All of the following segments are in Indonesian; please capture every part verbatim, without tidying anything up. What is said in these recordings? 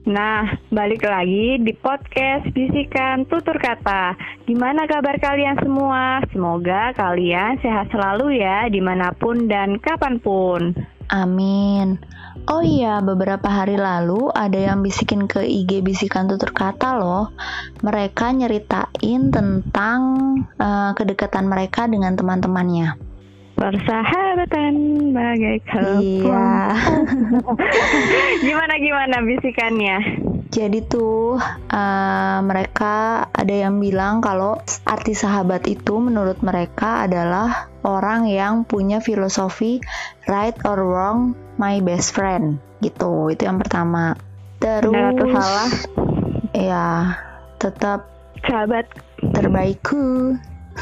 Nah, balik lagi di podcast Bisikan Tutur Kata. Gimana kabar kalian semua? Semoga kalian sehat selalu ya, dimanapun dan kapanpun. Amin. Oh iya, beberapa hari lalu ada yang bisikin ke I G Bisikan Tutur Kata loh. Mereka nyeritain tentang uh, kedekatan mereka dengan teman-temannya. Persahabatan bagai kelompok. Iya. Gimana-gimana bisikannya? Jadi tuh uh, mereka ada yang bilang kalau arti sahabat itu menurut mereka adalah orang yang punya filosofi right or wrong my best friend gitu. Itu yang pertama. Terus benar atau salah? Ya, tetap sahabat terbaikku.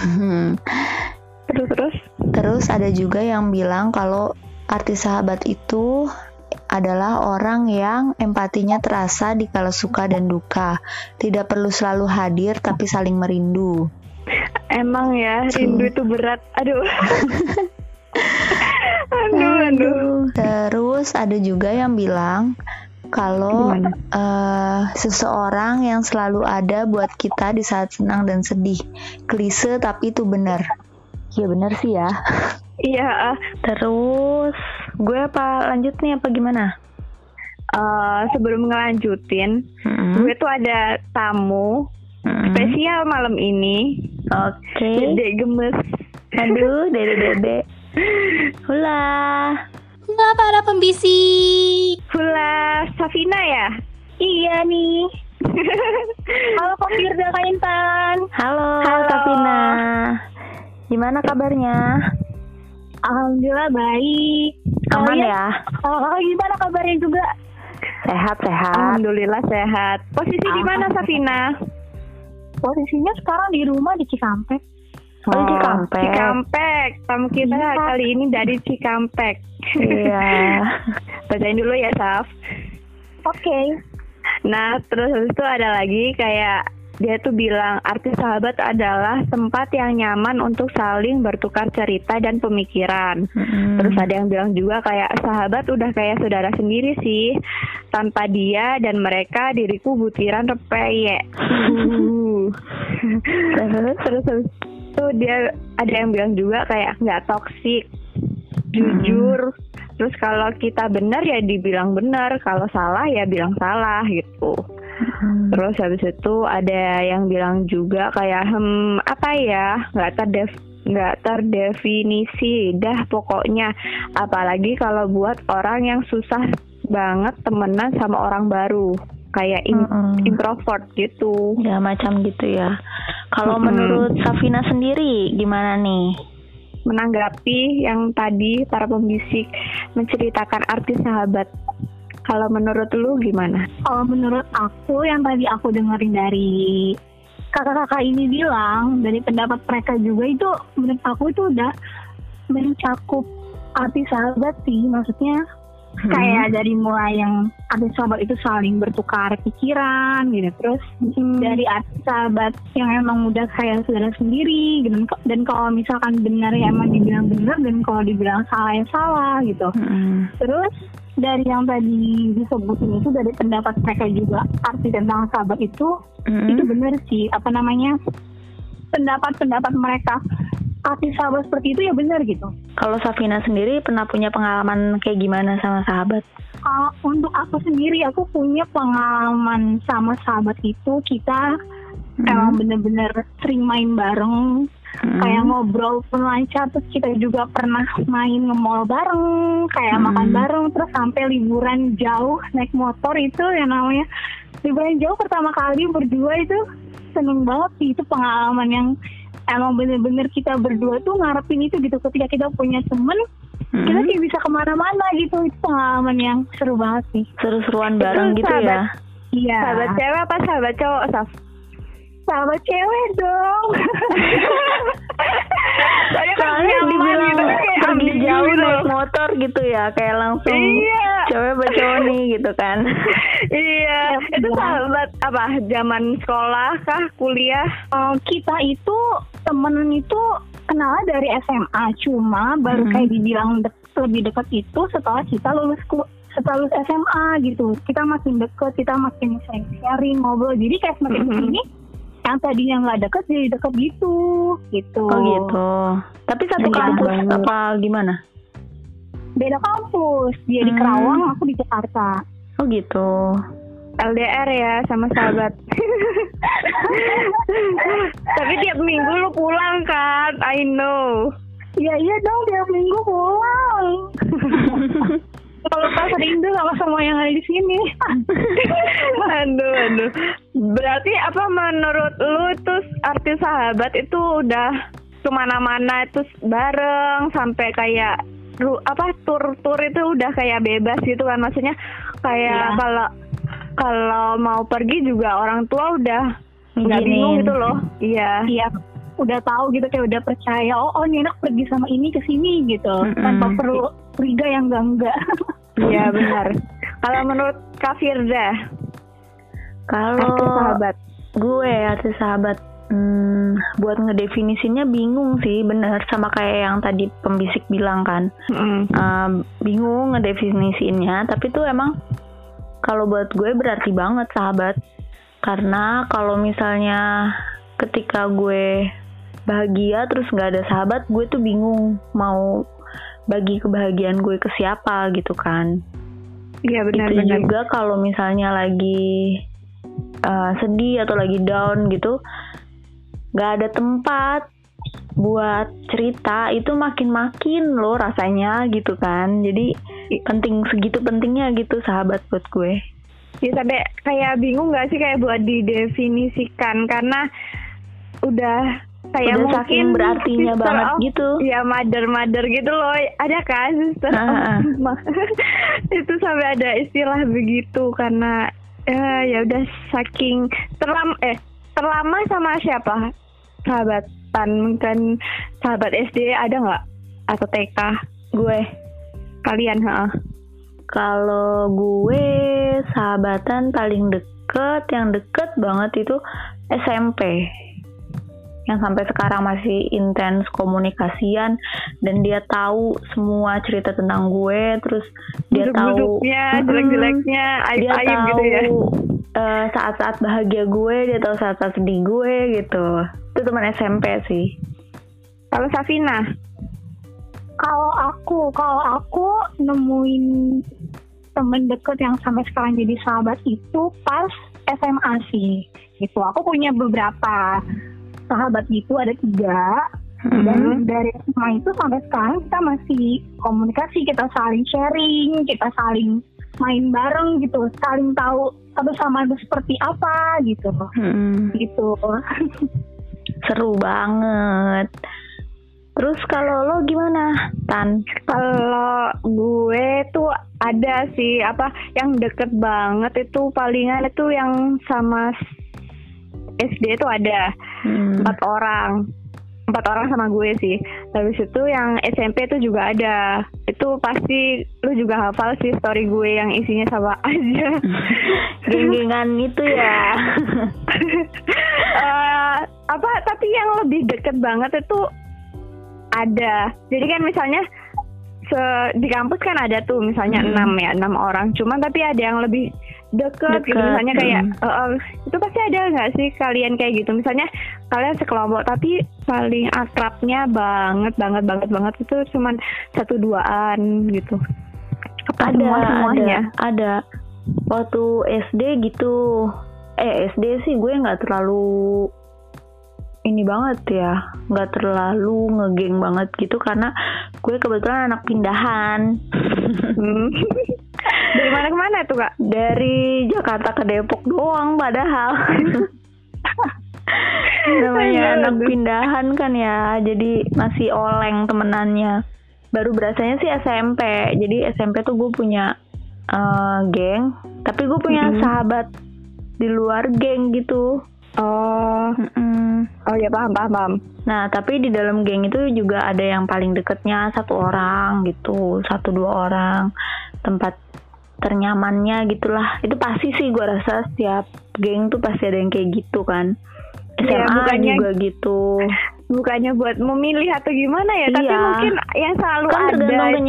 Terus terus Terus ada juga yang bilang kalau arti sahabat itu adalah orang yang empatinya terasa di kala suka dan duka. Tidak perlu selalu hadir tapi saling merindu. Emang ya, rindu itu berat. Aduh. aduh, aduh. Terus ada juga yang bilang kalau uh, seseorang yang selalu ada buat kita di saat senang dan sedih. Klise tapi itu benar. Ya benar sih ya. Iya. Terus gue apa lanjut nih apa gimana? Uh, sebelum ngelanjutin, mm-hmm. gue tuh ada tamu mm-hmm. spesial malam ini. Oke. Okay. Dede gemes. Aduh, dede dede. Hula. Hula para pembisik. Hula, Safina ya? Iya nih. Halo Kak Firda Kak Intan. Halo, Halo Safina. Gimana kabarnya? Alhamdulillah baik. Aman Kalian? Ya? Oh, gimana kabarnya juga? Sehat, sehat. Alhamdulillah sehat. Posisi di mana Safina? Posisinya sekarang di rumah di Cikampek. Oh, oh Cikampek. Cikampek. Tamu kita ya. Kali ini dari Cikampek. Iya. Bacain dulu ya, Saf. Oke. Okay. Nah, terus habis itu ada lagi kayak dia tuh bilang arti sahabat adalah tempat yang nyaman untuk saling bertukar cerita dan pemikiran. Mm-hmm. Terus ada yang bilang juga kayak sahabat udah kayak saudara sendiri sih. Tanpa dia dan mereka diriku butiran repeye. Uh. terus terus habis itu dia ada yang bilang juga kayak nggak toksik, jujur. Mm-hmm. Terus kalau kita benar ya dibilang benar, kalau salah ya bilang salah gitu. Hmm. Terus habis itu ada yang bilang juga kayak hmm apa ya nggak terdef nggak terdefinisi dah pokoknya, apalagi kalau buat orang yang susah banget temenan sama orang baru kayak in- hmm. introvert gitu ya macam gitu ya. Kalau hmm. menurut Safina sendiri gimana nih menanggapi yang tadi para pembisik menceritakan arti sahabat? Kalau menurut lu gimana? Kalau menurut aku yang tadi aku dengerin dari kakak-kakak ini bilang, dari pendapat mereka juga itu menurut aku itu udah mencakup arti sahabat sih. Maksudnya hmm. kayak dari mulai yang arti sahabat itu saling bertukar pikiran gitu. Terus hmm. dari arti sahabat yang emang udah kayak saudara sendiri gitu. Dan kalau misalkan benar ya emang dibilang benar, dan kalau dibilang salah ya salah gitu. Hmm. Terus dari yang tadi disebutin itu dari pendapat mereka juga arti tentang sahabat itu mm-hmm. itu benar sih apa namanya pendapat-pendapat mereka arti sahabat seperti itu ya benar gitu. Kalau Safina sendiri pernah punya pengalaman kayak gimana sama sahabat? Uh, untuk aku sendiri aku punya pengalaman sama sahabat itu kita mm-hmm. emang benar-benar sering main bareng. Hmm. Kayak ngobrol pun lancar. Terus kita juga pernah main nge-mall bareng, kayak hmm. makan bareng. Terus sampai liburan jauh naik motor itu yang namanya liburan jauh pertama kali berdua itu seneng banget sih. Itu pengalaman yang emang bener-bener kita berdua tuh ngarepin itu gitu. Ketika kita punya temen hmm. kita sih bisa kemana-mana gitu. Itu pengalaman yang seru banget sih. Seru-seruan bareng gitu sahabat, ya. Iya. Sahabat cewek apa sahabat cowok, Saf? Sahabat cewek dong. Soalnya dibilang gitu, pergi jauh gitu. Naik motor gitu ya, kayak langsung iya. Cewek bercowok nih gitu kan. Iya. Itu sahabat apa? Zaman sekolah kah? Kuliah? Um, kita itu temenan itu kenal dari S M A, cuma baru hmm. kayak dibilang de- lebih dekat itu setelah kita lulus ku- setelah lulus S M A gitu, kita makin deket, kita makin sharing, ngobrol. Jadi kayak semakin Mm-hmm. kesini, yang tadinya nggak deket jadi deket gitu, gitu. Oh gitu. Tapi satu Iya. kampus apa gimana? Beda kampus, dia di Hmm. Kerawang, aku di Jakarta. Oh gitu. L D R ya sama sahabat. Tapi tiap minggu lu pulang kan? I know. Iya iya dong, tiap minggu pulang. Kalau pas rindu sama semua yang ada di sini. Aduh, aduh. Berarti apa menurut lu tuh arti sahabat itu udah kemana-mana itu bareng sampai kayak ru- apa tur-tur itu udah kayak bebas gitu kan? Maksudnya kayak Iya. kalau kalau mau pergi juga orang tua udah nggak Izinin. bingung gitu loh. Iya. Iya, udah tahu gitu, kayak udah percaya. Oh, oh ini anak pergi sama ini ke sini gitu, Mm-mm. tanpa perlu curiga yang enggak-enggak. Iya benar. Kalau menurut Kak Firda, Kalau arti sahabat. gue arti sahabat, hmm, buat ngedefinisinnya bingung sih, bener sama kayak yang tadi pembisik bilang kan. Mm. Uh, bingung ngedefinisiinnya, tapi tuh emang kalau buat gue berarti banget sahabat. Karena kalau misalnya ketika gue bahagia terus nggak ada sahabat, gue tuh bingung mau bagi kebahagiaan gue ke siapa gitu kan. Iya Itu benar-benar. juga kalau misalnya lagi uh, sedih atau lagi down gitu, nggak ada tempat buat cerita, itu makin-makin loh rasanya gitu kan. Jadi penting, segitu pentingnya gitu sahabat buat gue. Ya sampai kayak bingung nggak sih kayak buat didefinisikan karena udah kayak Udah mungkin saking berartinya sister banget of- gitu. Ya mother-mother gitu loh. Ada kan sister Ah, of ah. ma- itu sampai ada istilah begitu karena eh, ya udah saking terlam eh terlama sama siapa sahabatan, mungkin sahabat S D ada nggak atau T K Gue kalian? Ha? Kalau gue sahabatan paling deket, yang deket banget itu S M P, yang sampai sekarang masih intens komunikasian, dan dia tahu semua cerita tentang gue, terus dia tahu Busuk-busuknya, Mm-mm. jelek-jeleknya, dia aib-aib tahu gitu ya. eh, saat-saat bahagia gue, dia tahu saat-saat sedih gue gitu. Itu teman S M P sih. Kalau Safina? Kalau aku, kalau aku nemuin temen deket yang sampai sekarang jadi sahabat itu pas S M A sih. Gitu. Aku punya beberapa sahabat gitu, ada tiga. Dan dari S M A itu sampai sekarang kita masih komunikasi, kita saling sharing, kita saling main bareng gitu, saling tahu satu sama lain seperti apa gitu. Mm-mm. Gitu. Seru banget. Terus kalau lo gimana, Tan? Kalau gue tuh ada sih apa yang deket banget itu palingan itu yang sama S D tuh ada Hmm. empat orang. Empat orang sama gue sih. Habis itu yang S M P tuh juga ada. Itu pasti lu juga hafal sih story gue yang isinya sama aja. Geng-gengan itu ya. Eh, apa tapi yang lebih deket banget itu ada. Jadi kan misalnya se- di kampus kan ada tuh misalnya Hmm. enam ya enam orang. Cuman tapi ada yang lebih deket, gitu. Deket, Misalnya kayak hmm. eh, eh, itu pasti ada nggak sih kalian kayak gitu? Misalnya kalian sekelompok tapi paling akrabnya banget banget banget banget itu cuman satu duaan gitu. Apa Ada, semua ada, semuanya? ada. Waktu S D gitu. Eh, S D sih gue nggak terlalu ini banget ya, nggak terlalu ngegeng banget gitu karena gue kebetulan anak pindahan. Hmm. Dari mana ke mana tuh, Kak? Dari Jakarta ke Depok doang padahal. Namanya Aduh, anak aduh. pindahan kan ya, jadi masih oleng temenannya. Baru berasanya sih S M P. Jadi S M P tuh gue punya eh, geng, tapi gue punya Mhm. sahabat di luar geng gitu. Oh, Mm-mm. oh ya paham paham paham. Nah, tapi di dalam geng itu juga ada yang paling deketnya satu orang gitu, satu dua orang, tempat ternyamannya gitulah. Itu pasti sih gue rasa setiap geng tuh pasti ada yang kayak gitu kan. S M A Iya, bukannya- juga gitu. Bukannya buat memilih atau gimana ya, tapi Iya. mungkin yang selalu Kan ada tergantung itu kenyamanan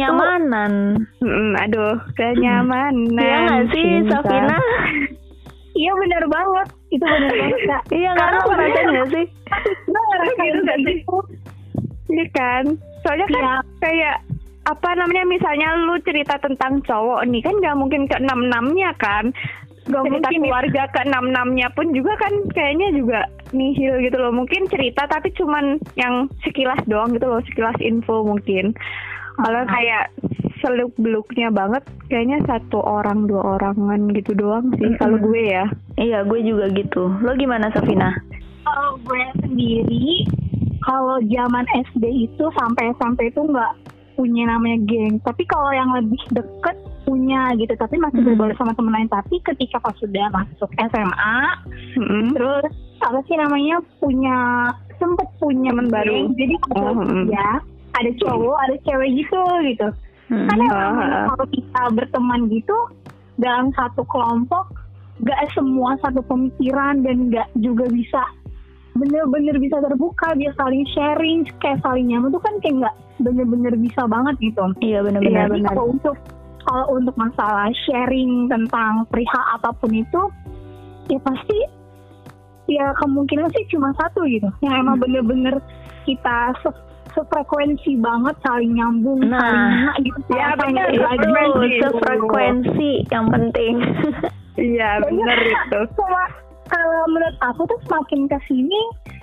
kenyamanan. Mm-mm, aduh, kenyamanan. Iya nggak sih, cinta. Safina? Iya benar banget, itu benar banget Kak. Iya kan, lo ngerasain nggak sih? Gue ngerasain Gitu kayak sih. gitu. Iya kan, soalnya kan Iya. kayak apa namanya, misalnya lu cerita tentang cowok nih kan nggak mungkin ke enam enamnya kan. Gak Cerita mungkin keluarga ke enam enamnya pun juga kan kayaknya juga nihil gitu loh. Mungkin cerita tapi cuman yang sekilas doang gitu loh, sekilas info mungkin. Kalau kayak seluk beluknya banget kayaknya satu orang dua orangan gitu doang sih. Mm-mm. Kalau gue ya. Iya, gue juga gitu. Lo gimana, Safina? Kalau gue sendiri, kalau zaman S D itu sampai sampai itu nggak punya namanya geng. Tapi kalau yang lebih deket punya gitu. Tapi masih Hmm. berbaur sama temen lain. Tapi ketika pas sudah masuk S M A, Mm-mm. terus apa sih namanya punya sempet punya Temen baru. geng. Jadi Oh, mm. ya ada cowok, ada cewek gitu gitu. Hmm. Karena Ah, emang ah. kalau kita berteman gitu dalam satu kelompok, gak semua satu pemikiran dan gak juga bisa bener-bener bisa terbuka, bisa saling sharing, kayak saling nyaman tuh kan kayak gak bener-bener bisa banget gitu. Iya Iya, benar-benar. Jadi kalau untuk kalau untuk masalah sharing tentang perihal apapun itu, ya pasti ya kemungkinan sih cuma satu gitu, yang emang bener-bener kita se- sefrekuensi banget, saling nyambung, Nah, saling enak gitu. ya Saling bener, belajar Itu gitu. sefrekuensi yang penting. Iya bener itu. Cuma kalau menurut aku tuh semakin kesini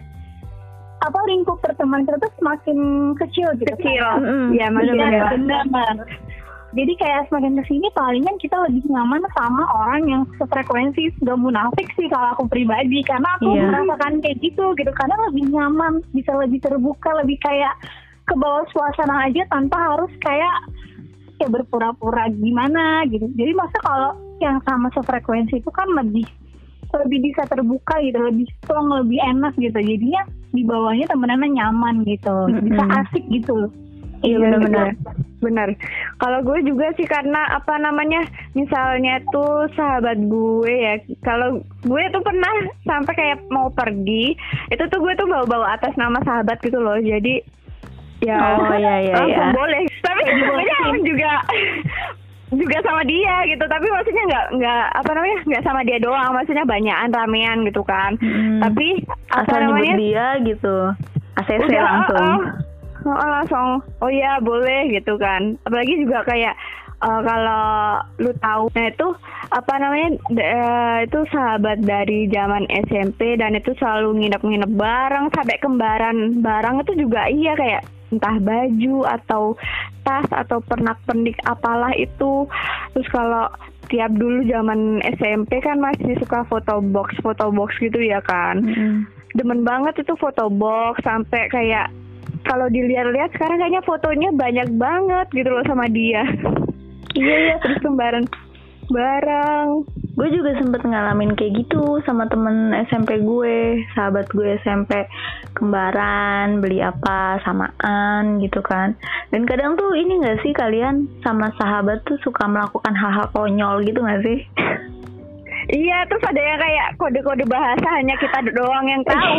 apa lingkup pertemanan kita tuh semakin kecil gitu. Kecil. Mm-mm. Iya Iya, bener-bener. benar. Jadi kayak semakin kesini palingan kita lebih nyaman sama orang yang sefrekuensi. Gak munafik sih kalau aku pribadi, karena aku Iya. merasakan kayak gitu gitu. Karena lebih nyaman, bisa lebih terbuka, lebih kayak ke bawah suasana aja tanpa harus kayak ya berpura-pura gimana gitu. Jadi masa kalau yang sama sefrekuensi itu kan lebih lebih bisa terbuka gitu, lebih strong, lebih enak gitu. Jadinya di bawahnya temenannya nyaman gitu, bisa Mm-mm. asik gitu. Iya benar-benar. Benar. Kalau gue juga sih karena apa namanya, misalnya tuh sahabat gue ya, kalau gue tuh pernah sampai kayak mau pergi, itu tuh gue tuh bawa-bawa atas nama sahabat gitu loh. Jadi ya Oh, iya, iya, langsung iya. boleh. Tapi sebenarnya juga juga sama dia gitu. Tapi maksudnya nggak nggak apa namanya nggak sama dia doang. Maksudnya banyakan ramean gitu kan. Hmm. Tapi apa Asal nyebut namanya? dia gitu, A C C Udah, langsung. uh, uh, uh, langsung oh ya boleh gitu kan. Apalagi juga kayak uh, kalau lu tahu, nah itu apa namanya d- uh, itu sahabat dari zaman S M P dan itu selalu nginep-nginep bareng sampai kembaran bareng itu juga iya, kayak entah baju atau tas atau pernak-pernik apalah itu. Terus kalau tiap dulu zaman S M P kan masih suka foto box foto box gitu ya kan. Mm-mm. Demen banget itu foto box, sampai kayak kalau dilihat-lihat sekarang kayaknya fotonya banyak banget gitu loh sama dia. Iya iya. Terus kembaran bareng. Gue juga sempet ngalamin kayak gitu sama temen S M P gue, sahabat gue S M P, kembaran, beli apa, samaan gitu kan. Dan kadang tuh ini gak sih kalian sama sahabat tuh suka melakukan hal-hal konyol gitu gak sih? Iya, terus ada yang kayak kode-kode bahasa hanya kita doang yang tahu.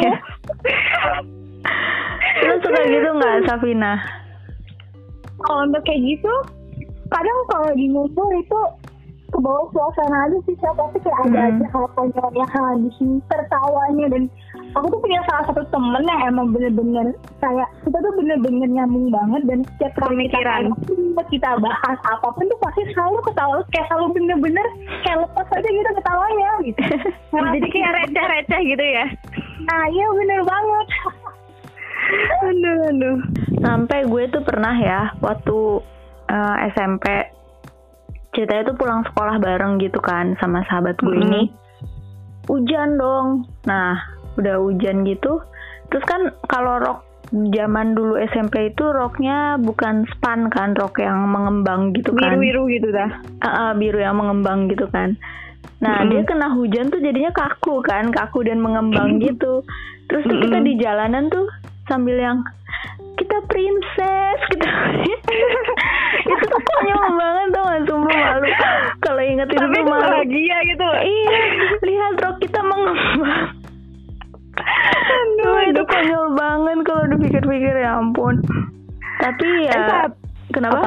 Lo suka gitu gak, Safina? Kalau untuk kayak gitu, kadang kalau di ngumpul itu ke bawah suasana aja sih, saya pasti kayak ada Hmm. aja hal konyolnya, hal di sini tertawanya. Dan aku tuh punya salah satu temen yang emang bener-bener kayak kita tuh bener-bener nyambung banget, dan setiap kali kita Pemikiran. ketemu, kita bahas apapun tuh pasti selalu ketawa, kayak selalu bener-bener kayak lepas aja gitu ketawanya gitu. Nah, Jadi kayak receh-receh gitu ya. nah iya bener banget. Aduh, aduh. Sampai gue tuh pernah ya waktu uh, S M P, ceritanya tuh pulang sekolah bareng gitu kan sama sahabat gue Mm-hmm. ini. Hujan dong. Nah, udah hujan gitu. Terus kan kalau rok zaman dulu S M P itu roknya bukan span kan, rok yang mengembang gitu kan. Biru-biru gitu dah. Uh, uh, biru yang mengembang gitu kan. Nah, Mm-mm. dia kena hujan tuh jadinya kaku kan, kaku dan mengembang gitu. Terus tuh kita Mm-mm. di jalanan tuh sambil yang kita princess gitu. Itu tuh konyol banget tau gak, sumpah malu. Kalau inget itu Tapi tuh itu malu. bahagia gitu loh. Iya, lihat rok kita mengembang. Aduh, Wah, itu aduh. konyol banget kalau dipikir-pikir, ya ampun. Tapi ya, Eh, Sab, kenapa? apa?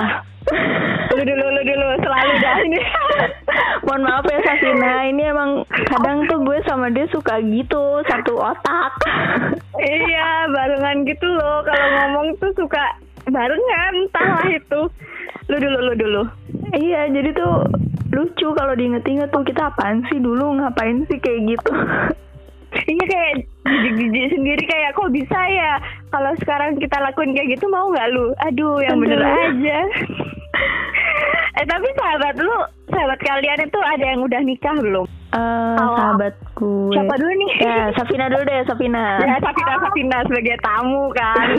Lu dulu, lu dulu, selalu dah ini. Mohon maaf ya Safina, ini emang kadang tuh gue sama dia suka gitu, satu otak. Iya, barengan gitu loh. Kalau ngomong tuh suka barengan, entahlah itu. Lu dulu, lu dulu. Iya, jadi tuh lucu kalau diinget-inget tuh kita apaan sih dulu, ngapain sih kayak gitu. Iya, kayak jijik-jijik sendiri, kayak kok bisa ya kalau sekarang kita lakuin kayak gitu, mau nggak lu? Aduh, yang bener aja. Eh tapi sahabat lu, sahabat kalian itu ada yang udah nikah belum? Uh, oh. Sahabat gue. Siapa dulu nih? Ya, Safina dulu deh, Safina. Ya, Safina, Safina sebagai tamu kan.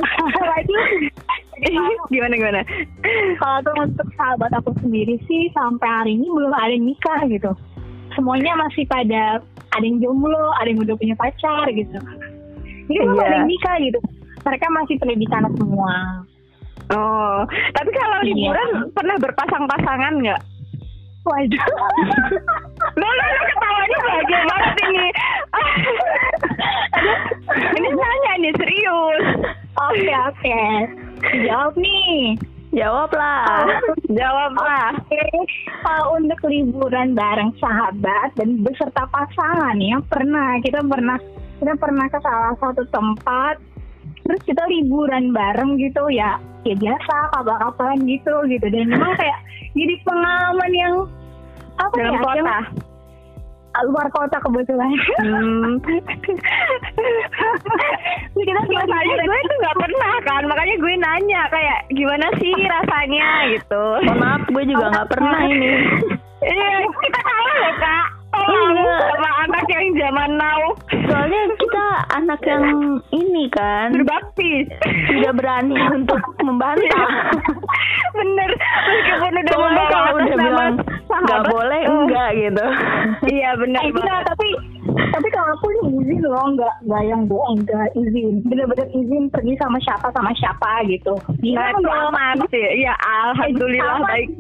Gimana gimana? Kalau tuh untuk sahabat aku sendiri sih sampai hari ini belum ada yang nikah gitu. Semuanya masih pada ada yang jomblo, ada yang udah punya pacar gitu. Jadi belum Iya. ada yang nikah gitu. Mereka masih pendidikan semua. Oh, tapi kalau Iya. liburan pernah berpasang-pasangan nggak? Waduh. Lo lo lo ketawanya bahagia banget ini. Ini nanya nih serius. Oke oke. Jawab nih. Jawab lah. Jawab lah. Oke. Kalau untuk liburan bareng sahabat dan beserta pasangan ya pernah kita pernah kita pernah ke salah satu tempat. Terus kita liburan bareng gitu ya, ya biasa kabar-kabaran gitu gitu dan memang kayak jadi pengalaman yang apa Dalam ya? kota. Yang, luar kota kebetulan. Hmm. Jadi kita Masalahnya gue tuh nggak pernah kan, makanya gue nanya kayak gimana sih rasanya gitu. Mohon maaf, gue juga nggak pernah ini. Iya, kita kalah loh kak. Tolong Iya. sama anak yang zaman now. Soalnya kita anak yang ini kan Berbakti. tidak berani untuk membantah. Bener, meskipun udah Soalnya membawa kalau atas udah nama bilang sahabat, nggak boleh, eh, enggak gitu. Iya bener Eh, kita, banget. tapi tapi kalau aku nih izin loh, nggak nggak yang bohong, nggak izin, bener-bener izin pergi sama siapa sama siapa gitu. Nah, Bilang itu nggak masih, ya alhamdulillah Apa? baik.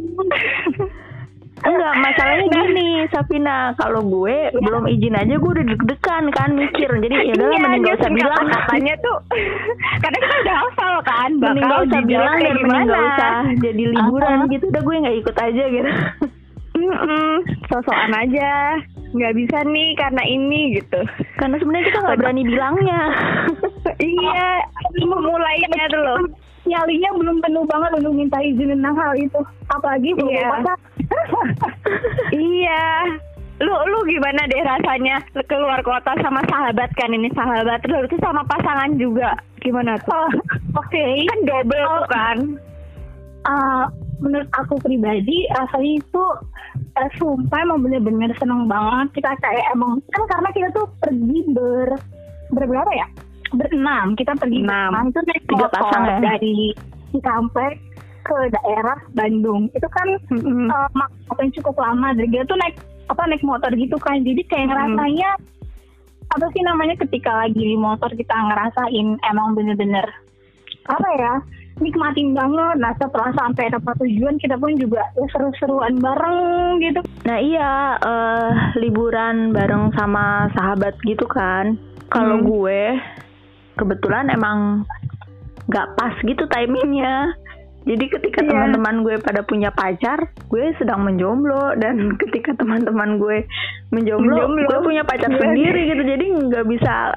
Enggak, masalahnya gini Safina, kalau gue belum izin aja gue udah deg-degan kan, mikir. Jadi ya udahlah, Iya, mending gak usah justru bilang. Katanya tuh, karena kita udah hafal kan, Mending bakal gak usah dijawab bilang kayak dan mending gak gimana. usah jadi liburan Uh-huh. gitu. Udah gue gak ikut aja gitu. Mm-mm, sosokan aja, nggak bisa nih karena ini gitu. Karena sebenarnya kita gak berani bilangnya. Iya, memulainya tuh loh. nyalinya belum penuh banget untuk minta izin tentang hal itu, apalagi belum Iya. pacar. Iya. Lu lu gimana deh rasanya keluar kota sama sahabat kan, ini sahabat lu itu sama pasangan juga. Gimana tuh? Oh, Oke, Kan double Oh. tuh kan. Uh, menurut aku pribadi rasanya itu uh, sumpah emang bener-bener seneng banget. Kita kayak emang kan karena kita tuh pergi ber berberapa ya, berenam, kita pergi Enam. berenam itu naik Tiga motor pasang ya? dari Cikampek ke daerah Bandung. Itu kan Mm-mm. uh, waktu yang cukup lama. Dari dia tuh naik apa naik motor gitu kan, jadi kayak ngerasanya apa sih namanya ketika lagi di motor kita ngerasain emang bener-bener apa ya, nikmatin banget. Nah setelah sampai tempat tujuan kita pun juga ya seru-seruan bareng gitu. Nah iya, eh, liburan bareng sama sahabat gitu kan. Kalau Hmm. gue kebetulan emang gak pas gitu timingnya. Jadi ketika Iya. teman-teman gue pada punya pacar, gue sedang menjomblo. Dan ketika teman-teman gue menjomblo, Menjomblo. gue punya pacar Iya. sendiri gitu. Jadi nggak bisa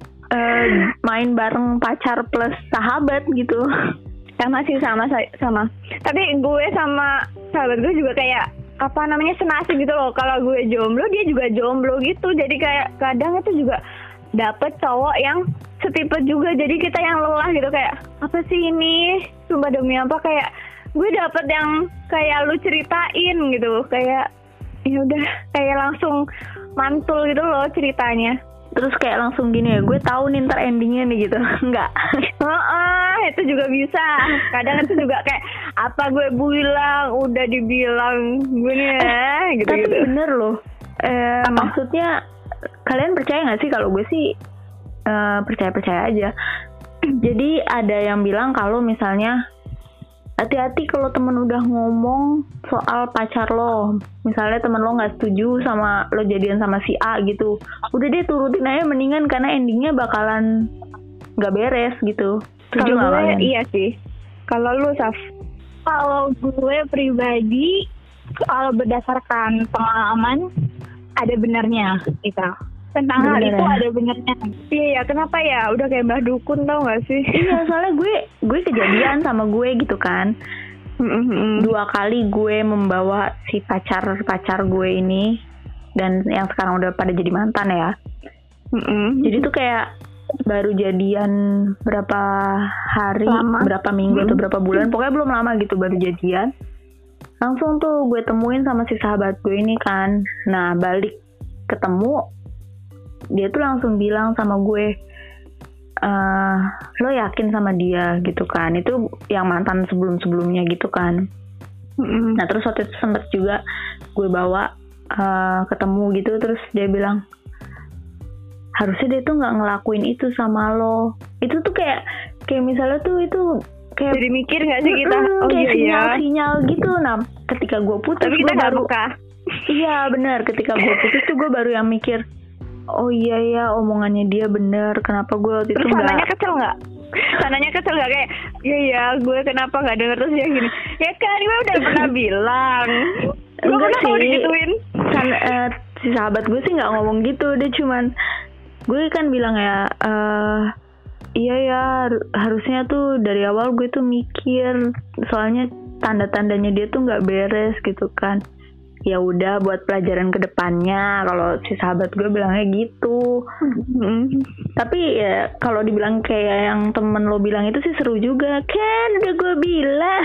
eh, main bareng pacar plus sahabat gitu. Sama sih, sama sama. Tapi gue sama sahabat gue juga kayak apa namanya senasib gitu loh. Kalau gue jomblo, dia juga jomblo gitu. Jadi kayak kadang itu juga dapet cowok yang setipe juga. Jadi kita yang lelah gitu kayak apa sih ini? Sumpah demi apa, kayak gue dapet yang kayak lu ceritain gitu. Kayak ya udah kayak langsung mantul gitu loh ceritanya. Terus kayak langsung gini ya, gue tahu nih ntar endingnya nih gitu. Enggak. Heeh, itu juga bisa. Kadang itu juga kayak apa gue bilang udah dibilang gue nih ya, gitu Tapi gitu. bener loh. Eh, Apa? maksudnya kalian percaya nggak sih? Kalau gue sih eh, percaya-percaya aja. Jadi ada yang bilang kalau misalnya hati-hati kalau temen udah ngomong soal pacar lo. Misalnya temen lo nggak setuju sama lo jadian sama si A gitu. Udah deh turutin aja mendingan, karena endingnya bakalan nggak beres gitu. Setuju Kalau nggak gue kalian? iya sih. Kalau lu Saf, Kalau gue pribadi, kalau berdasarkan pengalaman, ada benarnya gitu. Tentang hal itu ada benarnya. Iya ya, kenapa ya? Udah kayak Mbah Dukun tau gak sih? Iya, soalnya gue gue kejadian sama gue gitu kan. Dua kali gue membawa si pacar-pacar gue ini, dan yang sekarang udah pada jadi mantan ya. Mm-mm. Jadi tuh kayak baru jadian berapa hari, lama. berapa minggu mm. atau berapa bulan, pokoknya belum lama gitu baru jadian. Langsung tuh gue temuin sama si sahabat gue ini kan. Nah balik ketemu, dia tuh langsung bilang sama gue, uh, lo yakin sama dia gitu kan. Itu yang mantan sebelum-sebelumnya gitu kan. Mm-mm. Nah terus waktu itu sempet juga gue bawa uh, ketemu gitu. Terus dia bilang, harusnya dia tuh nggak ngelakuin itu sama lo. Itu tuh kayak kayak misalnya tuh itu kayak jadi mikir nggak sih kita? Mm, oh kayak iya sinyal-sinyal gitu. Nah ketika gue putus, tapi kita nggak baru buka. Iya benar, ketika gue putus tuh gue baru yang mikir, oh iya ya omongannya dia bener. Kenapa gue waktu itu nggak? Sananya nggak? kesel nggak? Sananya kesel nggak kayak, iya ya gue kenapa nggak denger terus ya gini? Ya kan gue udah pernah bilang. Gue Enggak pernah mau sih. digituin. Kan uh, si sahabat gue sih nggak ngomong gitu. Dia cuman, gue kan bilang ya, uh, iya ya harusnya tuh dari awal gue tuh mikir, soalnya tanda-tandanya dia tuh nggak beres gitu kan. Ya udah buat pelajaran kedepannya, kalau si sahabat gue bilangnya gitu. Mm-hmm. Tapi ya kalau dibilang kayak yang temen lo bilang itu sih seru juga kan, udah gue bilang.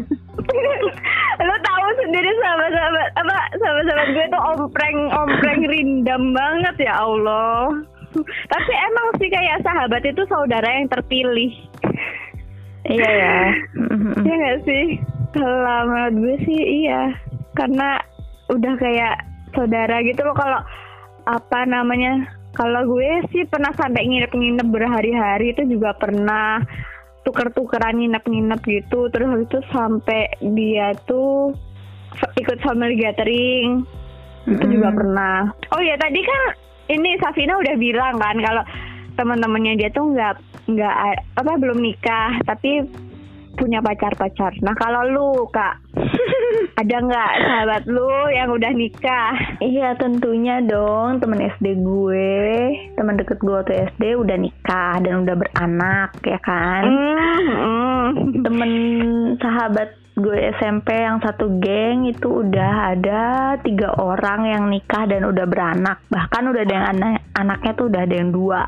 Lo tahu sendiri sahabat-sahabat apa sahabat-sahabat gue tuh ompreng ompreng rindam banget ya Allah. Tapi emang sih kayak sahabat itu saudara yang terpilih. Iya ya. Iya nggak sih? Kalau menurut gue sih iya, karena udah kayak saudara gitu loh. Kalau apa namanya? Kalau gue sih pernah sampai nginep-nginep berhari-hari, itu juga pernah tuker-tukeran nginep-nginep gitu. Terus habis itu sampai dia tuh ikut family gathering, itu Mm-hmm. juga pernah. Oh ya tadi kan ini Safina udah bilang kan kalau teman-temannya dia tuh nggak nggak apa belum nikah tapi punya pacar-pacar. Nah kalau lu Kak, ada nggak sahabat lu yang udah nikah? Iya tentunya dong, teman S D gue, teman deket gue waktu S D udah nikah dan udah beranak ya kan. Mm-hmm. Temen sahabat gue S M P yang satu geng itu udah ada tiga orang yang nikah dan udah beranak. Bahkan udah ada yang anak, anaknya tuh udah ada yang dua.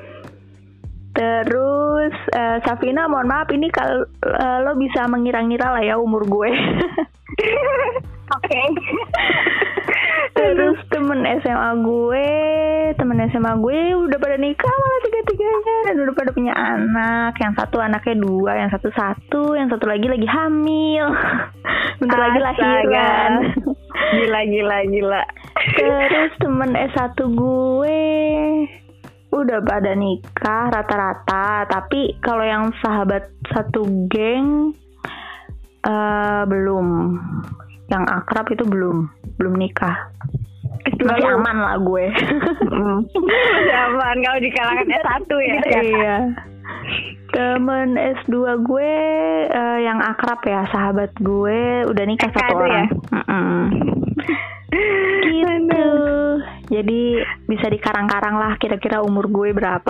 Terus uh, Safina mohon maaf ini kalau uh, lo bisa mengira-ngira lah ya umur gue. Oke. Terus temen S M A gue, temen S M A gue udah pada nikah malah tiga-tiganya dan udah pada punya anak. Yang satu anaknya dua, yang satu satu, yang satu lagi lagi hamil. Bentar lagi lahiran. Gila gila gila. Terus temen S satu gue udah pada nikah rata-rata, tapi kalau yang sahabat satu geng uh, belum, yang akrab itu belum belum nikah. Masih aman lah gue. Masih aman kalau di kalangan S satu ya. Iya. Temen S dua gue uh, yang akrab ya, sahabat gue udah nikah Eka satu orang. Ya? Gitu. Jadi bisa dikarang-karang lah kira-kira umur gue berapa.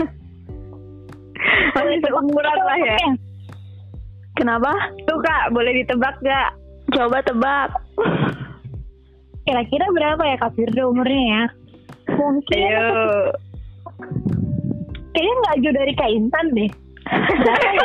Masih seumuran lah ya. Kenapa? Tuh Kak, boleh ditebak gak? Coba tebak. Kira-kira berapa ya Kak Firda umurnya ya? Mungkin Ayo. kayaknya nggak jauh dari Kak Intan deh. Berapa ya?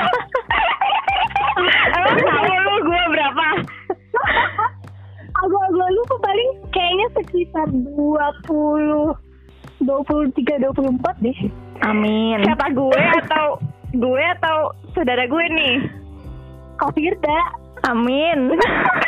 Emang tahu lu gue berapa? Agak-agak lupa, paling kayaknya sekitar dua puluh, dua puluh tiga, dua puluh empat deh. Amin. Siapa gue atau gue atau saudara gue nih? Kak Firda. Amin.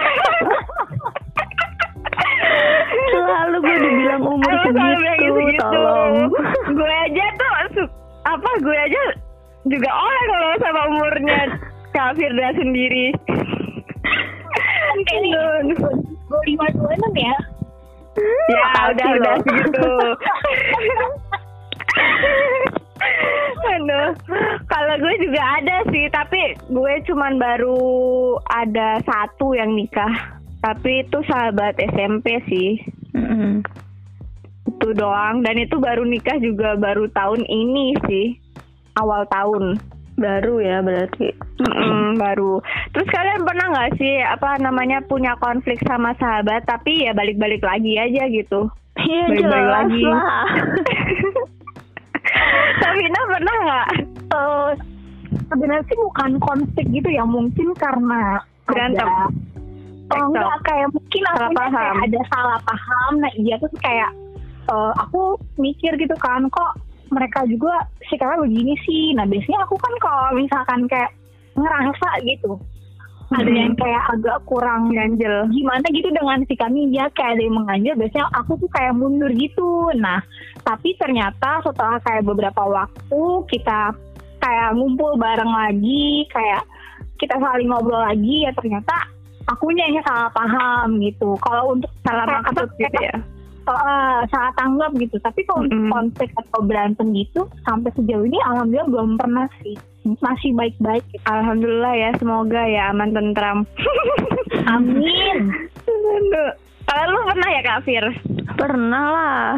Selalu gue dibilang umur Emang selalu bilang segitu, gitu-gitu. tolong. Gue aja tuh su- apa gue aja juga orang kalau sama umurnya Kak Firda sendiri. Oke nih, gue lima dua enam ya. Ya Makasih udah udah loh. segitu. Aduh, kalau gue juga ada sih, tapi gue cuman baru ada satu yang nikah. Tapi itu sahabat S M P sih. Mm-hmm. Itu doang, dan itu baru nikah juga baru tahun ini sih, awal tahun. Baru ya berarti. Mm-mm, baru. Terus kalian pernah nggak sih apa namanya punya konflik sama sahabat tapi ya balik-balik lagi aja gitu? Iya balik-balik jelas lagi. lah. Sabina pernah nggak? Uh, sebenarnya sih bukan konflik gitu ya, mungkin karena Berantem. ada, oh enggak, kayak mungkin Salah akunya paham. kayak ada salah paham. Nah iya, terus kayak uh, aku mikir gitu kan, kok mereka juga sikapnya begini sih. Nah biasanya aku kan kalau misalkan kayak ngerasa gitu, hmm. ada yang kayak agak kurang ganjel gimana gitu dengan sikapnya, ya kayak ada yang mengganjel, biasanya aku tuh kayak mundur gitu. Nah tapi ternyata setelah kayak beberapa waktu kita kayak ngumpul bareng lagi, kayak kita saling ngobrol lagi, ya ternyata akunya yang salah paham gitu. Kalau untuk Salah kayak maksud apa, gitu ya. Uh, salah tanggap gitu. Tapi kalau Mm-hmm. konflik atau berantem gitu sampai sejauh ini alhamdulillah belum pernah sih, masih baik-baik gitu. Alhamdulillah ya, semoga ya aman tentram. Amin. Kalau lu pernah ya Kak Fir? Pernah lah.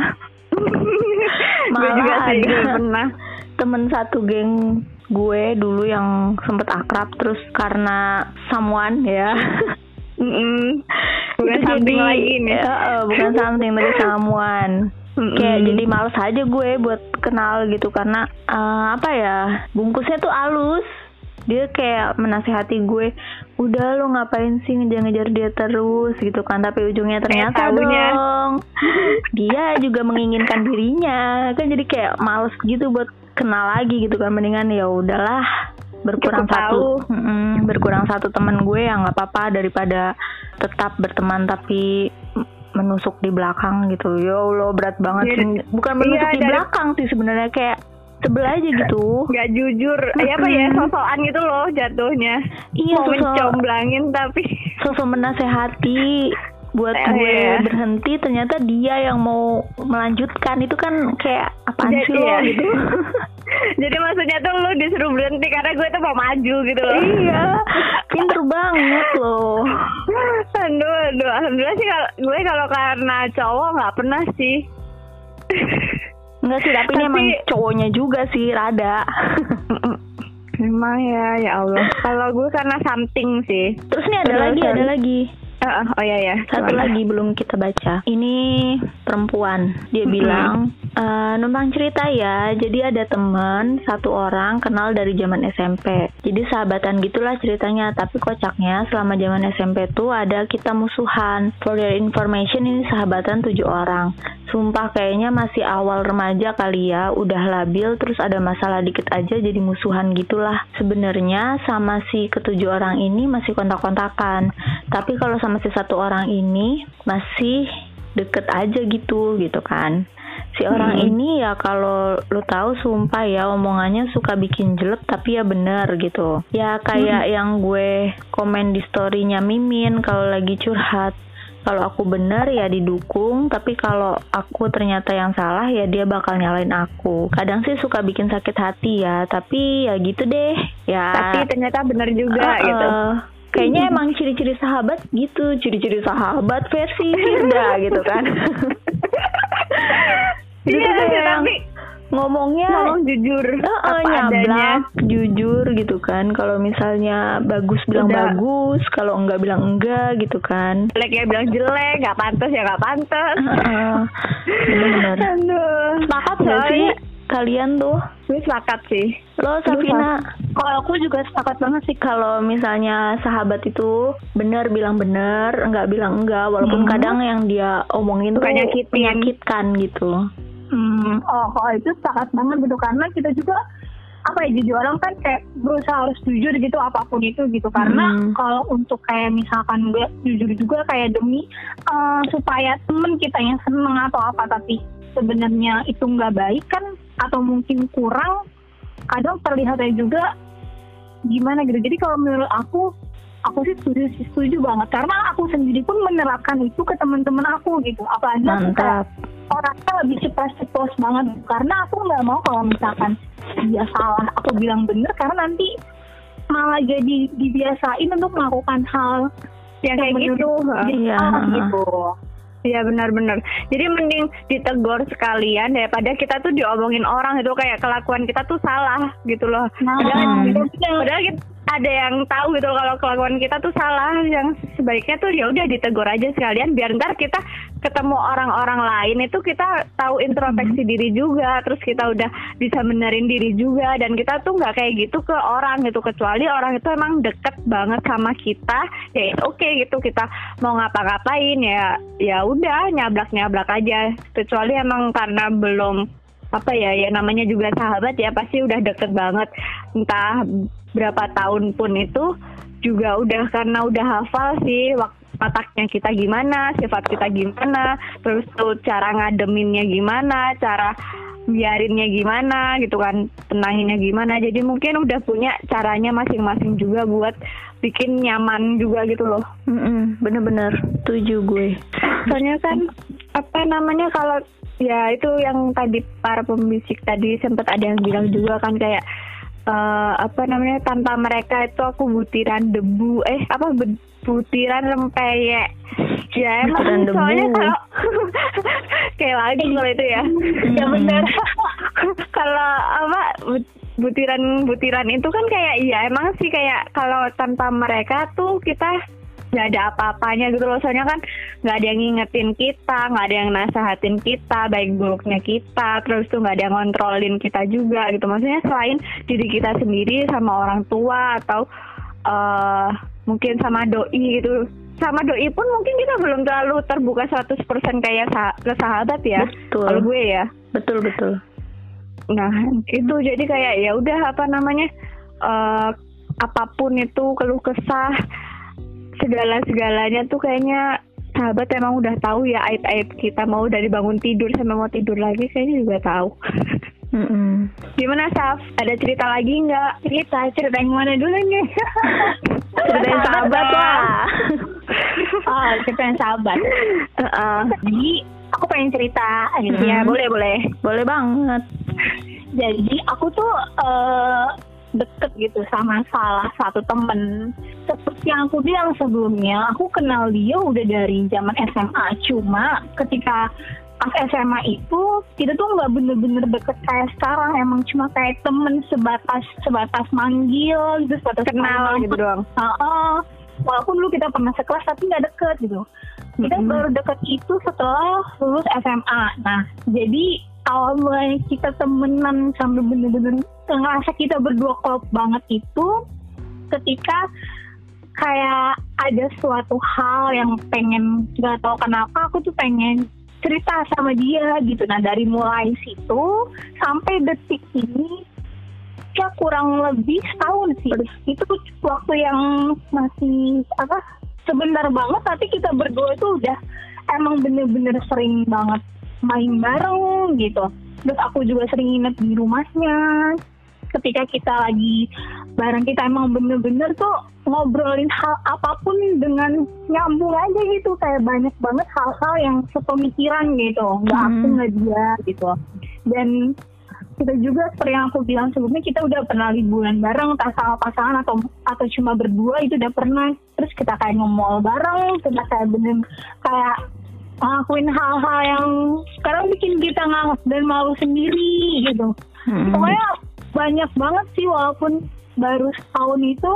Gue juga sih gue pernah. Temen satu geng gue dulu yang sempet akrab, terus karena someone ya. Mm-mm. Bukan Itu something jadi, lagi nih. Ya, uh, bukan something tapi someone. Mm-mm. Kayak jadi males aja gue buat kenal gitu karena uh, apa ya, bungkusnya tuh halus. Dia kayak menasehati gue, udah lo ngapain sih ngejar-ngejar dia terus gitu kan. Tapi ujungnya ternyata dong dia juga menginginkan dirinya kan, jadi kayak males gitu buat kenal lagi gitu kan. Mendingan ya udahlah, berkurang Cukup satu tahu. mm, berkurang satu teman gue yang nggak apa-apa daripada tetap berteman tapi menusuk di belakang gitu. Ya Allah, berat banget sih. Bukan menusuk Iya, di dari- belakang sih sebenarnya, kayak sebel aja gitu. Gak jujur, ya apa ya, sosokan gitu loh jatuhnya. Iya, Mau sosok- mencomblangin tapi Sosok menasehati buat Eh, gue iya. berhenti, ternyata dia yang mau melanjutkan. Itu kan kayak apaan Jadi sih lo ya. gitu. jadi maksudnya tuh lu disuruh berhenti karena gue tuh mau maju gitu loh. Iya, pinter banget loh. Aduh, aduh, alhamdulillah sih kalau gue kalau karena cowok nggak pernah sih. Enggak sih, tapi, ini Tapi- emang cowoknya juga sih rada. Emang ya, ya Allah. Kalau gue karena something sih. Terus nih ada Terus, lagi, ada terus. lagi. Uh, oh ya ya. Satu Gimana? lagi belum kita baca. Ini perempuan. Dia Mm-mm. bilang, e, numpang cerita ya. Jadi ada teman satu orang kenal dari zaman S M P. Jadi sahabatan gitulah ceritanya. Tapi kocaknya selama zaman S M P tuh ada kita musuhan. For your information, ini sahabatan tujuh orang. Sumpah kayaknya masih awal remaja kali ya. Udah labil, terus ada masalah dikit aja jadi musuhan gitulah. Sebenarnya sama si ketujuh orang ini masih kontak-kontakan. Tapi kalau sama si satu orang ini masih deket aja gitu gitu kan. Si orang Hmm. ini ya kalau lu tahu, sumpah ya omongannya suka bikin jelek tapi ya bener gitu. Ya kayak yang gue komen di story-nya Mimin kalau lagi curhat. Kalau aku bener ya didukung, tapi kalau aku ternyata yang salah ya dia bakal nyalain aku. Kadang sih suka bikin sakit hati ya, tapi ya gitu deh. Ya. Tapi ternyata benar juga Uh-uh. gitu. Kayaknya emang ciri-ciri sahabat gitu, ciri-ciri sahabat versi Firda gitu kan. Jadi Iya, tuh kayak iya, yang tapi ngomongnya ngomong jujur uh, apa adanya. nyablak, jujur gitu kan. Kalau misalnya bagus bilang Udah. bagus, kalau enggak bilang enggak gitu kan. Jelek ya bilang jelek, nggak pantas ya nggak pantas. Heeh. Bener-bener. Aduh. Sepakat nggak sih kalian tuh? Gue sepakat sih. Lo Safina, Kalau aku juga sepakat banget sih. kalau misalnya sahabat itu benar bilang benar, enggak bilang enggak, walaupun Hmm. kadang yang dia omongin tuh Suka nyakitin. menyakitkan gitu. Hmm, oh kalau itu sepakat banget gitu, karena kita juga apa ya, jadi orang kan kayak berusaha harus jujur gitu apapun itu gitu. Karena Hmm. kalau untuk kayak misalkan gue jujur juga kayak demi eh, supaya temen kita yang seneng atau apa, tapi sebenarnya itu nggak baik kan, atau mungkin kurang, kadang terlihatnya juga gimana gitu. Jadi kalau menurut aku, aku sih setuju, setuju banget, karena aku sendiri pun menerapkan itu ke teman-teman aku gitu. Apalagi aku kayak Mantap. orangnya lebih cepat ceplos banget, karena aku nggak mau kalau misalkan dia salah aku bilang bener, karena nanti malah jadi dibiasain untuk melakukan hal yang kayak gitu. Iya, gitu. Iya benar-benar. Jadi mending ditegur sekalian daripada kita tuh diomongin orang itu kayak kelakuan kita tuh salah gitu loh. Nah, padahal, gitu. padahal kita ada yang tahu gitu loh kalau kelakuan kita tuh salah. Yang sebaiknya tuh ya udah ditegur aja sekalian biar ntar kita ketemu orang-orang lain itu kita tahu introspeksi hmm. diri juga, terus kita udah bisa benerin diri juga, dan kita tuh nggak kayak gitu ke orang gitu, kecuali orang itu emang deket banget sama kita ya oke okay, gitu, kita mau ngapa-ngapain ya ya udah nyablak-nyablak aja, kecuali emang karena belum apa ya ya namanya juga sahabat ya pasti udah deket banget, entah berapa tahun pun itu juga udah karena udah hafal sih waktu wataknya kita gimana, sifat kita gimana, terus tuh cara ngademinnya gimana, cara biarinnya gimana gitu kan, tenanginnya gimana. Jadi mungkin udah punya caranya masing-masing juga buat bikin nyaman juga gitu loh. Mm-mm, bener-bener setuju gue. Soalnya kan apa namanya kalau ya itu yang tadi para pembisik tadi sempat ada yang bilang juga kan kayak uh, apa namanya tanpa mereka itu aku butiran debu eh apa butiran rempeyek ya emang soalnya kalau kayak lagi kalau itu ya hmm. ya benar kalau apa butiran-butiran itu kan kayak ya emang sih kayak kalau tanpa mereka tuh kita nggak ada apa-apanya gitu loh, soalnya kan nggak ada yang ngingetin kita, nggak ada yang nasehatin kita baik buruknya kita, terus tuh nggak ada yang ngontrolin kita juga gitu, maksudnya selain diri kita sendiri sama orang tua atau uh, mungkin sama doi gitu. Sama doi pun mungkin kita belum terlalu terbuka seratus persen kayak sah- ke sahabat ya. Betul. Kalau gue ya. Betul betul. Nah, itu jadi kayak ya udah apa namanya? Uh, apapun itu keluh kesah segala-segalanya tuh kayaknya sahabat emang udah tahu ya aib-aib kita, mau dari bangun tidur sampai mau tidur lagi kayaknya juga tahu. Mm-mm. Gimana Saf? Ada cerita lagi nggak? Cerita, cerita yang mana dulu nih? Ceritain sahabat lah. Oh, ceritain sahabat. Uh-uh. Jadi aku pengen cerita. Mm-hmm. Ya boleh boleh, boleh banget. Jadi aku tuh uh, deket gitu sama salah satu temen. Seperti yang aku bilang sebelumnya, aku kenal dia udah dari zaman S M A. Cuma ketika pas S M A itu kita tuh nggak bener-bener deket kayak sekarang, emang cuma kayak temen sebatas sebatas manggil gitu, sebatas kenal gitu doang. Uh-uh. Walaupun dulu kita pernah sekelas tapi nggak deket gitu. Kita mm-hmm. baru deket itu setelah lulus S M A. Nah jadi awal mulai kita temenan sampai bener-bener ngerasa kita berdua klop banget itu ketika kayak ada suatu hal yang pengen, nggak tahu kenapa aku tuh pengen cerita sama dia gitu. Nah dari mulai situ sampai detik ini ya kurang lebih setahun sih. Itu waktu yang masih apa sebentar banget, tapi kita berdua itu udah emang bener-bener sering banget main bareng gitu. Terus aku juga sering nginep di rumahnya. Ketika kita lagi bareng, kita emang bener-bener tuh ngobrolin hal apapun dengan nyambung aja gitu. Kayak banyak banget hal-hal yang sepemikiran gitu. Nggak aku nggak dia gitu. Dan kita juga seperti yang aku bilang sebelumnya, kita udah pernah liburan bareng, entah sama pasangan atau atau cuma berdua itu udah pernah. Terus kita kayak nge-mall bareng, kita kayak bener kayak ngelakuin hal-hal yang sekarang bikin kita ngangis dan malu sendiri gitu. Hmm. Pokoknya banyak banget sih, walaupun baru setahun itu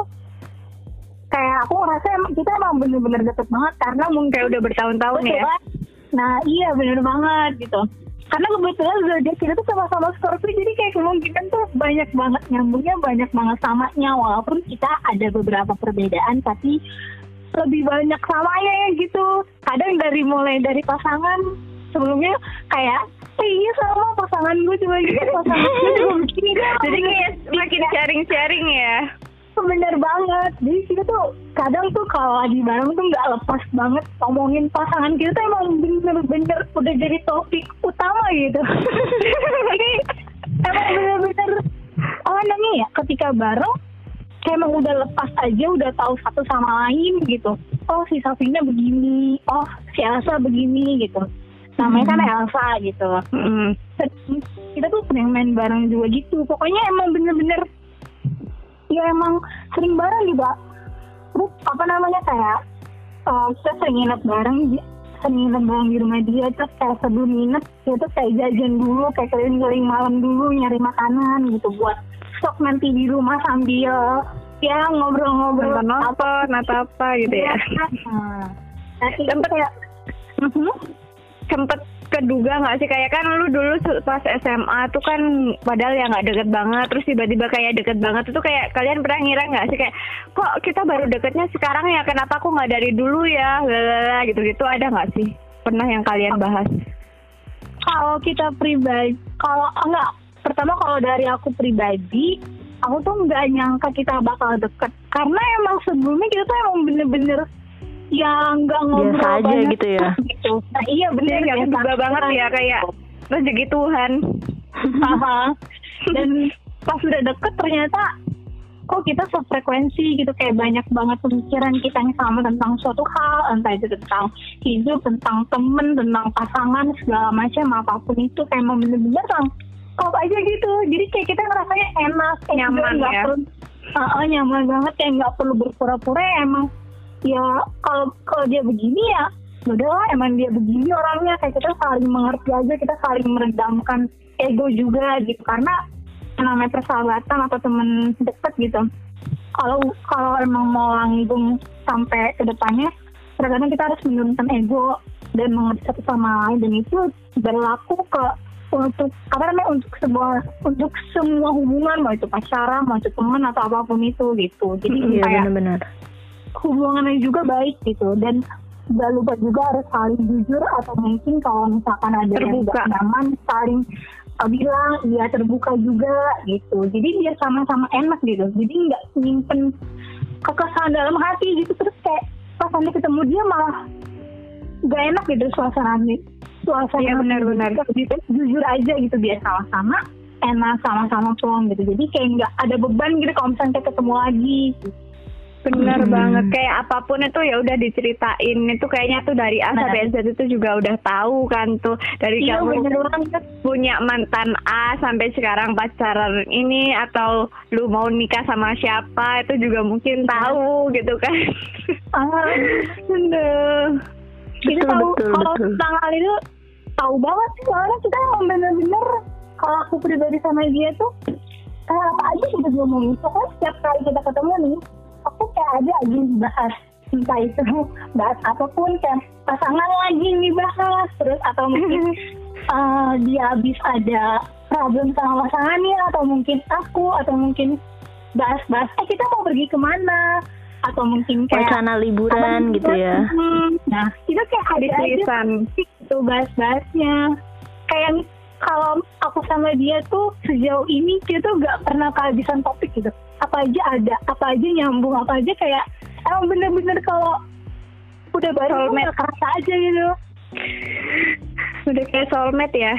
kayak aku ngerasa emang kita emang bener-bener deket banget karena mungkin kayak udah bertahun-tahun ya. Nah iya bener banget gitu. Karena kebetulan zodiak kita tuh sama-sama Scorpio, jadi kayak kemungkinan tuh banyak banget nyambungnya, banyak banget samanya. Walaupun kita ada beberapa perbedaan, tapi lebih banyak samanya ya gitu. Kadang dari mulai dari pasangan sebelumnya kayak eh, iya sama pasangan gue juga gitu, pasangan gue juga begini. Jadi kayak makin sharing-sharing ya. Bener banget. Jadi kita tuh kadang tuh kalau lagi bareng tuh nggak lepas banget ngomongin pasangan kita tuh emang bener-bener udah jadi topik utama gitu. Jadi emang bener-bener apa namanya ya, ketika bareng kayak emang udah lepas aja, udah tahu satu sama lain gitu. Oh si Safina begini, oh si Elsa begini gitu. namanya kan Hmm. Elsa gitu. Mm-mm. Kita tuh sering main bareng juga gitu. Pokoknya emang bener-bener ya emang sering bareng juga. Terus apa namanya kayak uh, kita sering nginep bareng, sering nginep bareng di rumah dia. Terus kayak sebelum nginep dia tuh kayak jajan dulu, kayak keliling-keliling malam dulu nyari makanan gitu buat stok nanti di rumah sambil ya ngobrol-ngobrol Nonton atau apa gitu ya. Nah, nah itu Sempet kayak Mhm. sempet keduga nggak sih kayak kan lu dulu se- pas S M A tuh kan padahal ya nggak deket banget, terus tiba-tiba kayak deket banget itu kayak kalian pernah ngira nggak sih kayak kok kita baru deketnya sekarang ya, kenapa aku nggak dari dulu ya, lalala gitu-gitu, ada nggak sih pernah yang kalian bahas? Kalau kita pribadi, kalau enggak, pertama kalau dari aku pribadi, aku tuh nggak nyangka kita bakal deket. Karena emang sebelumnya kita tuh emang bener-bener yang nggak ngobrol Biasa aja banyak gitu ya. Gitu. Nah iya bener, Nggak biasa juga banget ya kayak rezeki Tuhan. Haha. Dan pas udah deket ternyata kok kita sefrekuensi gitu, kayak banyak banget pemikiran kita yang sama tentang suatu hal, entah itu tentang hidup, tentang temen, tentang pasangan, segala macam apapun itu kayak emang bener-bener klop aja gitu. Jadi kayak kita ngerasanya enak, kayak Nyaman nggak ya? perlu, uh, uh, nyaman banget, kayak nggak perlu berpura-pura ya, emang ya kalau kalau dia begini ya udahlah emang dia begini orangnya, kayak kita saling mengerti aja, kita saling meredamkan ego juga gitu, karena namanya persahabatan atau temen deket gitu. Kalau kalau emang mau langgeng sampai ke depannya, kadang-kadang kita harus menurunkan ego dan mengerti satu sama lain, dan itu berlaku ke untuk apa namanya untuk sebuah untuk semua hubungan, mau itu pacaran, mau itu teman atau apapun itu gitu. Jadi Iya kayak benar-benar. hubungannya juga baik gitu, dan gak lupa juga harus saling jujur, atau mungkin kalau misalkan ada yang Terbuka. gak nyaman saling uh, bilang iya, terbuka juga gitu. Jadi biar sama-sama enak gitu, jadi nggak nyimpen kekesalan dalam hati gitu, terus kayak pas nanti ketemu dia malah gak enak gitu suasananya. Suasana Iya, benar-benar. gitu, jujur aja gitu, biar sama-sama enak, sama-sama plong gitu. Jadi kayak nggak ada beban gitu kalau misalnya kita ketemu lagi. Bener Hmm. banget, kayak apapun itu ya udah diceritain, itu kayaknya tuh dari A Nah. sampai Z itu juga udah tahu kan tuh, dari Iya kamu bener banget. punya mantan A sampai sekarang pacaran ini, atau lu mau nikah sama siapa itu juga mungkin tahu gitu kan. Ah, Aduh. kita Betul, tahu betul, kalau betul. tentang hal itu tahu banget sih, soalnya kita emang bener-bener kalau aku pribadi sama dia tuh kayak apa aja kita ngomongin. Pokoknya setiap kali kita ketemu nih, aku kayak ada aja yang dibahas, entah itu bahas apapun, kayak pasangan lagi yang dibahas, terus atau mungkin uh, dia habis ada problem sama pasangannya, atau mungkin aku, atau mungkin bahas-bahas eh kita mau pergi kemana, atau mungkin kayak Wacana liburan gitu ya. Hmm, nah itu kayak ada aja Tulisan. itu bahas-bahasnya. Kayak kalau aku sama dia tuh sejauh ini kita tuh gak pernah kehabisan topik gitu. Apa aja ada, apa aja nyambung, apa aja kayak emang bener-bener kalau udah bareng tuh Soulmate. gak kerasa aja gitu. Udah kayak soulmate ya.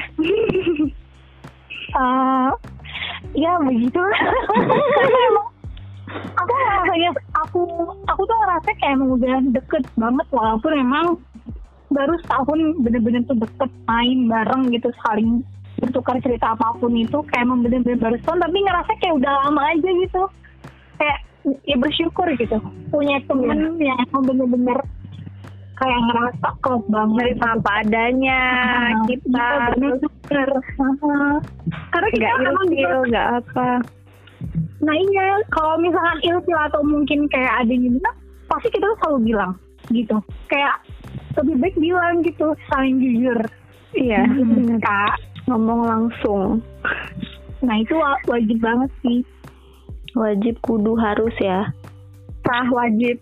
Uh, ya begitu. Karena emang aku ngerasanya aku aku tuh ngerasa kayak emang udah deket banget, walaupun emang baru setahun bener-bener tuh deket main bareng gitu, saling bertukar cerita apapun itu kayak emang bener-bener baru setahun, tapi ngerasa kayak udah lama aja gitu. Kayak ya bersyukur gitu punya temen yang emang bener-bener kayak ngerasa klop banget Nerima apa adanya kita, Iya, terus bener. Aha. Karena kita nggak emang ilfil, nggak apa. Nah iya, kalau misalkan ilfil atau mungkin kayak ada yang bilang, pasti kita tuh selalu bilang gitu. Kayak lebih baik bilang gitu, saling jujur. Iya, Hmm. bener. Kak. Ngomong langsung. Nah itu wa- wajib banget sih. Wajib kudu harus ya. Sah, wajib.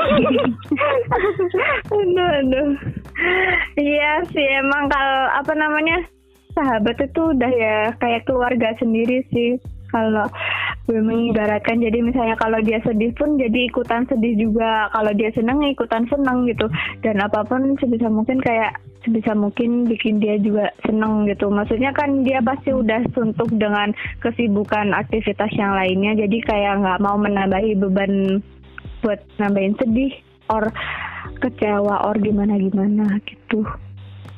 aduh, aduh. Iya sih, emang kalau apa namanya, sahabat itu udah ya kayak keluarga sendiri sih. Kalau gue mengibaratkan, jadi misalnya kalau dia sedih pun jadi ikutan sedih juga, kalau dia senang ya ikutan senang gitu, dan apapun sebisa mungkin kayak sebisa mungkin bikin dia juga senang gitu. Maksudnya kan dia pasti udah suntuk dengan kesibukan aktivitas yang lainnya, jadi kayak nggak mau menambahi beban buat nambahin sedih or kecewa or gimana gimana gitu.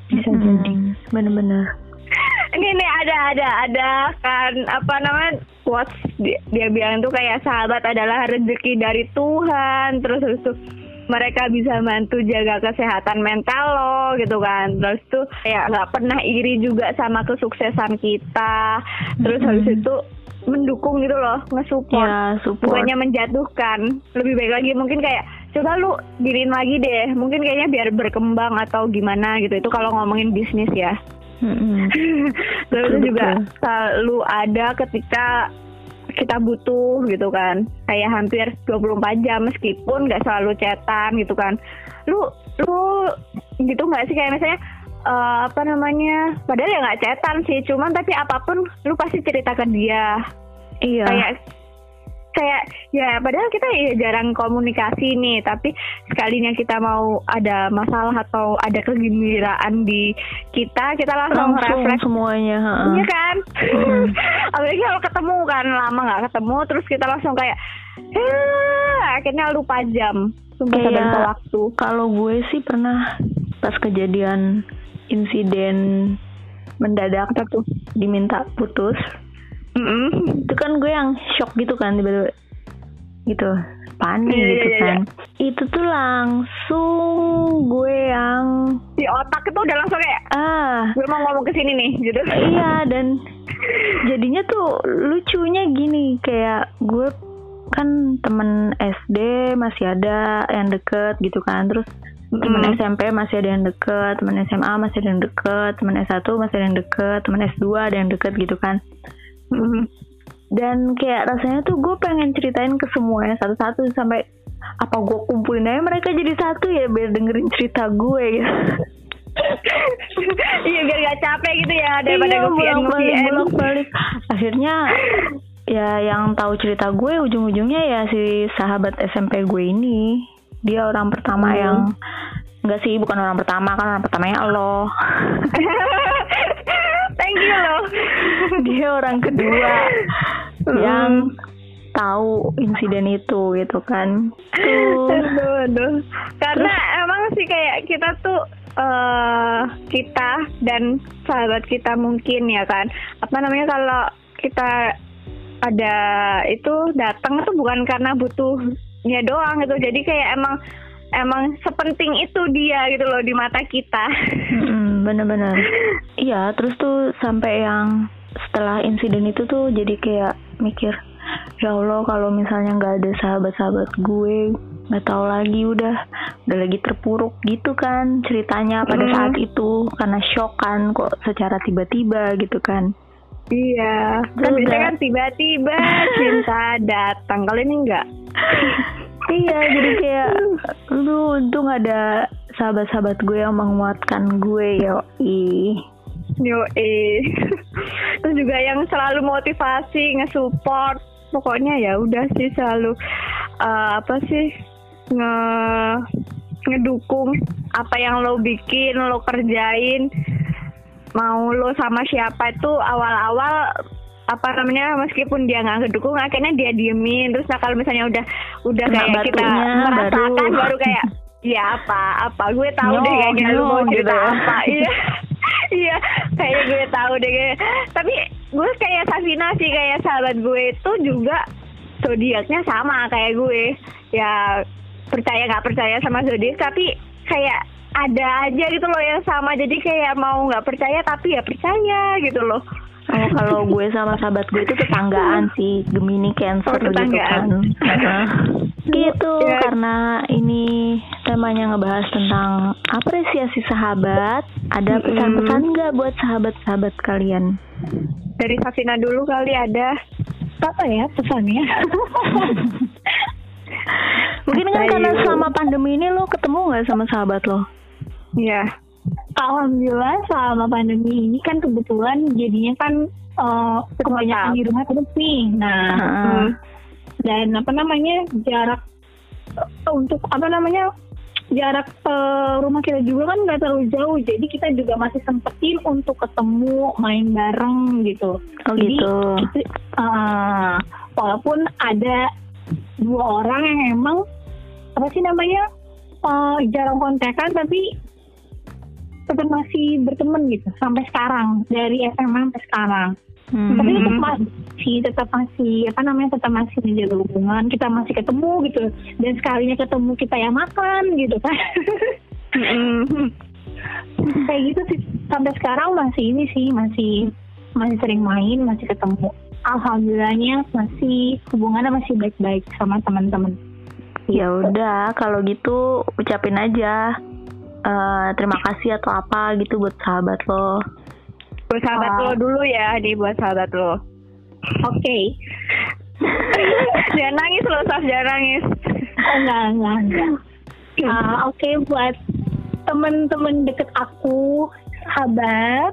bisa Hmm, jadi. bener-bener. Ini nih ada ada ada kan apa namanya quotes dia, dia bilang tuh kayak sahabat adalah rezeki dari Tuhan, terus terus tuh mereka bisa bantu jaga kesehatan mental lo gitu kan, terus tuh kayak nggak pernah iri juga sama kesuksesan kita, terus Mm-mm. habis itu mendukung gitu loh, nge-support, Ya, support. bukannya menjatuhkan. Lebih baik lagi mungkin kayak coba lu giniin lagi deh, mungkin kayaknya biar berkembang atau gimana gitu. Itu kalau ngomongin bisnis ya. Mm-mm. Terus Betul, juga betul. selalu ada ketika kita butuh gitu kan, kayak hampir dua puluh empat jam meskipun nggak selalu chatan gitu kan. Lu lu gitu nggak sih kayak misalnya eh, apa namanya, padahal ya nggak chatan sih, cuman tapi apapun lu pasti cerita ke dia. Iya. Kayak kayak ya padahal kita ya jarang komunikasi nih, tapi sekalinya kita mau ada masalah atau ada kegembiraan di kita, kita langsung, Langsung refleks. semuanya. ha-ha. Iya kan? Mm. Apalagi kalau ketemu kan, lama nggak ketemu, terus kita langsung kayak "Eh, akhirnya lupa jam, sumpah Kayak- sampai lupa waktu. Kalau gue sih pernah pas kejadian insiden mendadak Apa tuh? diminta putus, Mm-mm. itu kan gue yang shock gitu kan, tiba-tiba gitu panik Iya, gitu iya, iya. kan. Itu tuh langsung gue yang Di otak itu udah langsung kayak ah gue mau ngomong ke sini nih gitu. iya, dan jadinya tuh lucunya gini, kayak gue kan temen S D masih ada yang deket gitu kan, terus temen Mm. S M P masih ada yang deket, temen S M A masih ada yang deket, temen S satu masih ada yang deket, temen S dua ada yang deket gitu kan. Mm. Dan kayak rasanya tuh gue pengen ceritain ke semuanya satu-satu, sampai apa gue kumpulin aja mereka jadi satu ya biar dengerin cerita gue gitu. Iya biar gak capek gitu ya, daripada Iya, nge-V N bolak-balik, nge-V N. bolak-balik. Akhirnya ya yang tahu cerita gue ujung-ujungnya ya si sahabat S M P gue ini. Dia orang pertama Hmm. yang enggak sih, bukan orang pertama, kan orang pertamanya lo. Thank you loh. Dia orang kedua Hmm. yang tahu insiden itu gitu kan. Tuh. Aduh, aduh. Karena emang sih kayak kita tuh eh kita dan sahabat kita mungkin ya kan, apa namanya, kalau kita ada itu datang tuh bukan karena butuhnya doang gitu, jadi kayak emang emang sepenting itu dia gitu loh di mata kita. Mm, bener-bener. Iya, terus tuh sampai yang setelah insiden itu tuh jadi kayak mikir, ya Allah kalau misalnya nggak ada sahabat-sahabat gue, nggak tahu lagi, udah udah lagi terpuruk gitu kan ceritanya pada Mm. saat itu, karena shock kan kok secara tiba-tiba gitu kan. Iya, kan Udah. biasanya kan tiba-tiba cinta datang, kalau ini enggak. Iya, jadi kayak lu untung ada sahabat-sahabat gue yang menguatkan gue, yoi. Yo eh. Terus juga yang selalu motivasi, nge-support. Pokoknya ya udah sih selalu eh, apa sih nge ngedukung apa yang lo bikin, lo kerjain. Mau lo sama siapa itu awal-awal apa namanya, meskipun dia nggak ngedukung akhirnya dia diemin. Terus nah kalau misalnya udah udah Kena kayak kita batunya merasakan baru. baru kayak ya apa apa gue tahu Nyok, deh kayaknya lu mau nyok, cerita gitu. apa. Iya. Iya, kayaknya gue tahu deh. Kayak. Tapi gue kayak Safina sih, kayak sahabat gue itu juga zodiaknya sama kayak gue. Ya percaya nggak percaya sama zodiak, tapi kayak ada aja gitu loh yang sama. Jadi kayak mau nggak percaya tapi ya percaya gitu loh. Oh, kalau gue sama sahabat gue itu tetanggaan sih, Gemini Cancer Oh, gitu tetanggaan. kan. Heeh. Gitu, Ya. karena ini temanya ngebahas tentang apresiasi sahabat. Ada pesan-pesan nggak buat sahabat-sahabat kalian? Dari Safina dulu kali ada. Apa ya pesannya? Mungkin kan Ayo. karena selama pandemi ini lo ketemu nggak sama sahabat lo? Iya. Alhamdulillah selama pandemi ini kan kebetulan jadinya kan eh, kebanyakan di rumah terus nih. Nah, Heeh. Hmm. dan apa namanya jarak eh, untuk apa namanya jarak eh, rumah kita juga kan nggak terlalu jauh, jadi kita juga masih sempetin untuk ketemu main bareng gitu. Oh Jadi, gitu. itu, eh, walaupun ada dua orang yang emang apa sih namanya eh, jarang kontekan, tapi tetap masih berteman gitu sampai sekarang, dari S M A sampai sekarang. Hmm. Tapi tetap masih tetap masih apa namanya tetap masih menjaga hubungan, kita masih ketemu gitu, dan sekalinya ketemu kita yang makan gitu kan. Kayak gitu sih, sampai sekarang masih ini sih, masih masih sering main, masih ketemu. Alhamdulillahnya masih hubungannya masih baik-baik sama teman-teman. Ya udah, kalau gitu ucapin aja uh, terima kasih atau apa gitu buat sahabat lo. Buat sahabat uh, lo dulu ya, di buat sahabat lo. Oke. Okay. Jangan nangis lo, Saf, jangan nangis. Enggak, enggak, enggak. Uh, Oke, okay, buat temen-temen deket aku, sahabat.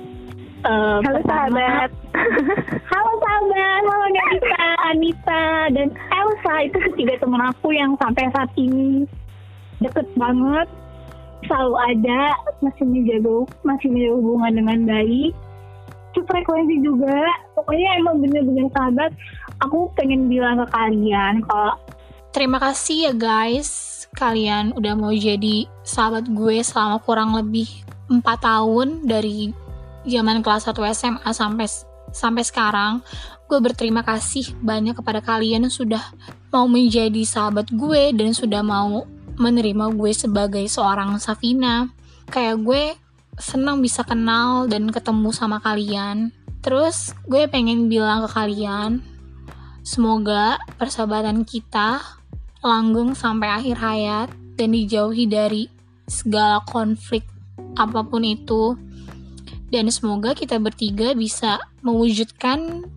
Uh, Halo sahabat. Halo sahabat, halo Anita, Anita, dan Elsa. Itu ketiga temen aku yang sampai saat ini deket banget, selalu ada, masih menjaga, masih menjaga hubungan dengan baik. Itu frekuensi juga. Pokoknya emang bener-bener sahabat. Aku pengen bilang ke kalian kalau terima kasih ya guys, kalian udah mau jadi sahabat gue selama kurang lebih empat tahun dari zaman kelas satu S M A sampai sampai sekarang. Gue berterima kasih banyak kepada kalian yang sudah mau menjadi sahabat gue dan sudah mau menerima gue sebagai seorang Safina. Kayak gue senang bisa kenal dan ketemu sama kalian. Terus gue pengen bilang ke kalian, semoga persahabatan kita langgeng sampai akhir hayat dan dijauhi dari segala konflik apapun itu. Dan semoga kita bertiga bisa mewujudkan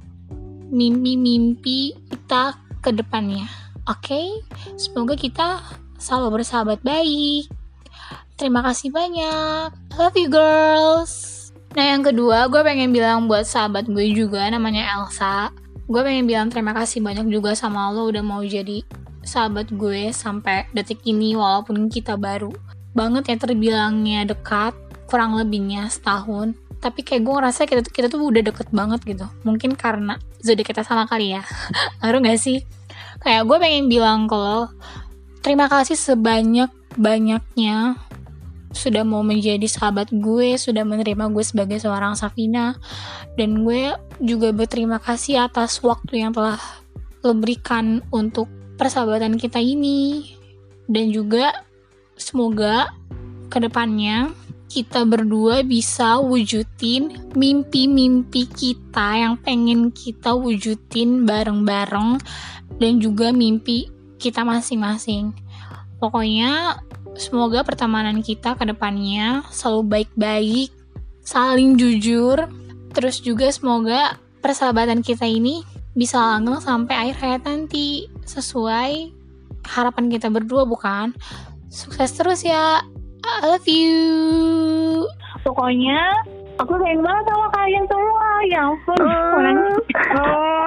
mimpi-mimpi kita ke depannya. Oke? Okay? Semoga kita selalu bersahabat baik. Terima kasih banyak. Love you girls. Nah yang kedua, gue pengen bilang buat sahabat gue juga namanya Elsa. Gue pengen bilang terima kasih banyak juga sama lo udah mau jadi sahabat gue sampai detik ini, walaupun kita baru banget ya terbilangnya dekat, kurang lebihnya setahun. Tapi kayak gue ngerasa kita, kita tuh udah deket banget gitu. Mungkin karena zodiak kita sama kali ya. Ngaruh gak sih? Kayak gue pengen bilang ke lo, terima kasih sebanyak-banyaknya sudah mau menjadi sahabat gue, sudah menerima gue sebagai seorang Safina. Dan gue juga berterima kasih atas waktu yang telah lo berikan untuk persahabatan kita ini. Dan juga semoga kedepannya kita berdua bisa wujudin mimpi-mimpi kita yang pengen kita wujudin bareng-bareng, dan juga mimpi kita masing-masing. Pokoknya semoga pertemanan kita ke depannya selalu baik-baik, saling jujur. Terus juga semoga persahabatan kita ini bisa langgeng sampai akhir hayat nanti, sesuai harapan kita berdua, bukan? Sukses terus ya. I love you. pokoknya aku sayang banget sama kalian semua. Ya ampun. Oh, oh.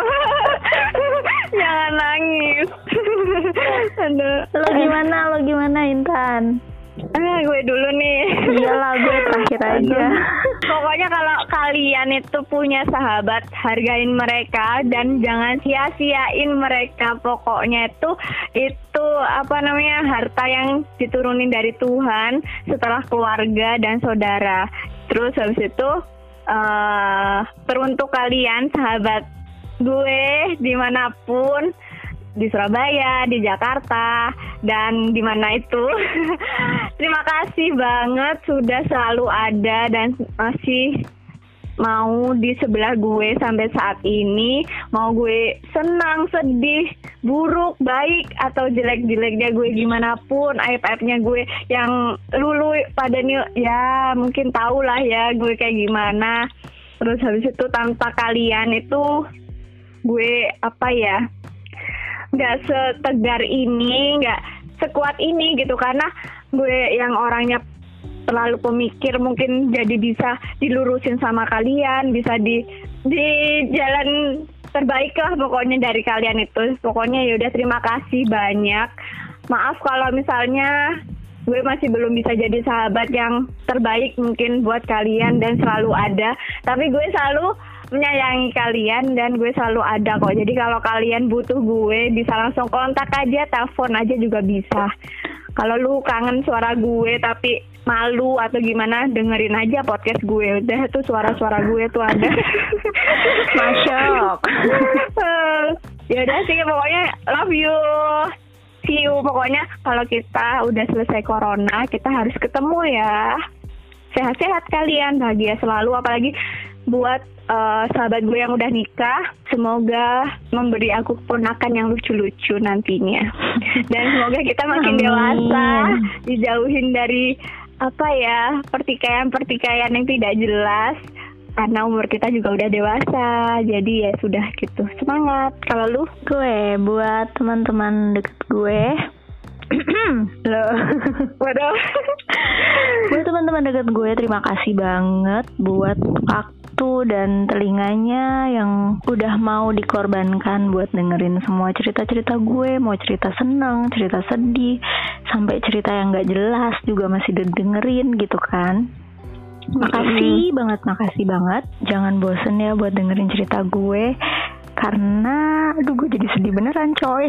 Jangan nangis. Aduh. Lo gimana? Lo gimana Intan? Ah, gue dulu nih. Iyalah, gue terakhir aja. Pokoknya kalau kalian itu punya sahabat, hargain mereka dan jangan sia-siain mereka. Pokoknya itu itu apa namanya, harta yang diturunin dari Tuhan setelah keluarga dan saudara. Terus habis itu uh, teruntuk kalian sahabat gue dimanapun, di Surabaya, di Jakarta, dan di mana itu. Terima kasih banget sudah selalu ada dan masih mau di sebelah gue sampai saat ini. Mau gue senang, sedih, buruk, baik, atau jelek-jeleknya gue gimana pun, aib-aibnya gue yang lulu pada nih, ya mungkin tau lah ya gue kayak gimana. Terus habis itu tanpa kalian itu gue apa ya, nggak setegar ini, nggak sekuat ini gitu, karena gue yang orangnya terlalu pemikir, mungkin jadi bisa dilurusin sama kalian, bisa di di jalan terbaik lah pokoknya dari kalian itu. Pokoknya yaudah, terima kasih banyak. Maaf kalau misalnya gue masih belum bisa jadi sahabat yang terbaik mungkin buat kalian dan selalu ada, tapi gue selalu menyayangi kalian dan gue selalu ada kok. Jadi kalau kalian butuh gue bisa langsung kontak aja, telepon aja juga bisa. Kalau lu kangen suara gue tapi malu atau gimana, dengerin aja podcast gue. Udah tuh suara-suara gue tuh ada. Masyok. Ya udah sih, pokoknya love you. See you. Pokoknya kalau kita udah selesai corona, kita harus ketemu ya. Sehat-sehat kalian, bahagia selalu. Apalagi buat uh, sahabat gue yang udah nikah, semoga memberi aku keponakan yang lucu-lucu nantinya. Dan semoga kita makin Amin. dewasa, dijauhin dari apa ya, pertikaian-pertikaian yang tidak jelas. Karena umur kita juga udah dewasa, jadi ya sudah gitu. Semangat. Kalau lu? Gue buat teman-teman deket gue. Loh. Waduh. Buat teman-teman deket gue, terima kasih banget buat waktu dan telinganya yang udah mau dikorbankan buat dengerin semua cerita-cerita gue. Mau cerita seneng, cerita sedih, sampai cerita yang gak jelas juga masih dengerin gitu kan. Makasih mm. banget, makasih banget. Jangan bosen ya buat dengerin cerita gue, karena aduh gue jadi sedih beneran coy.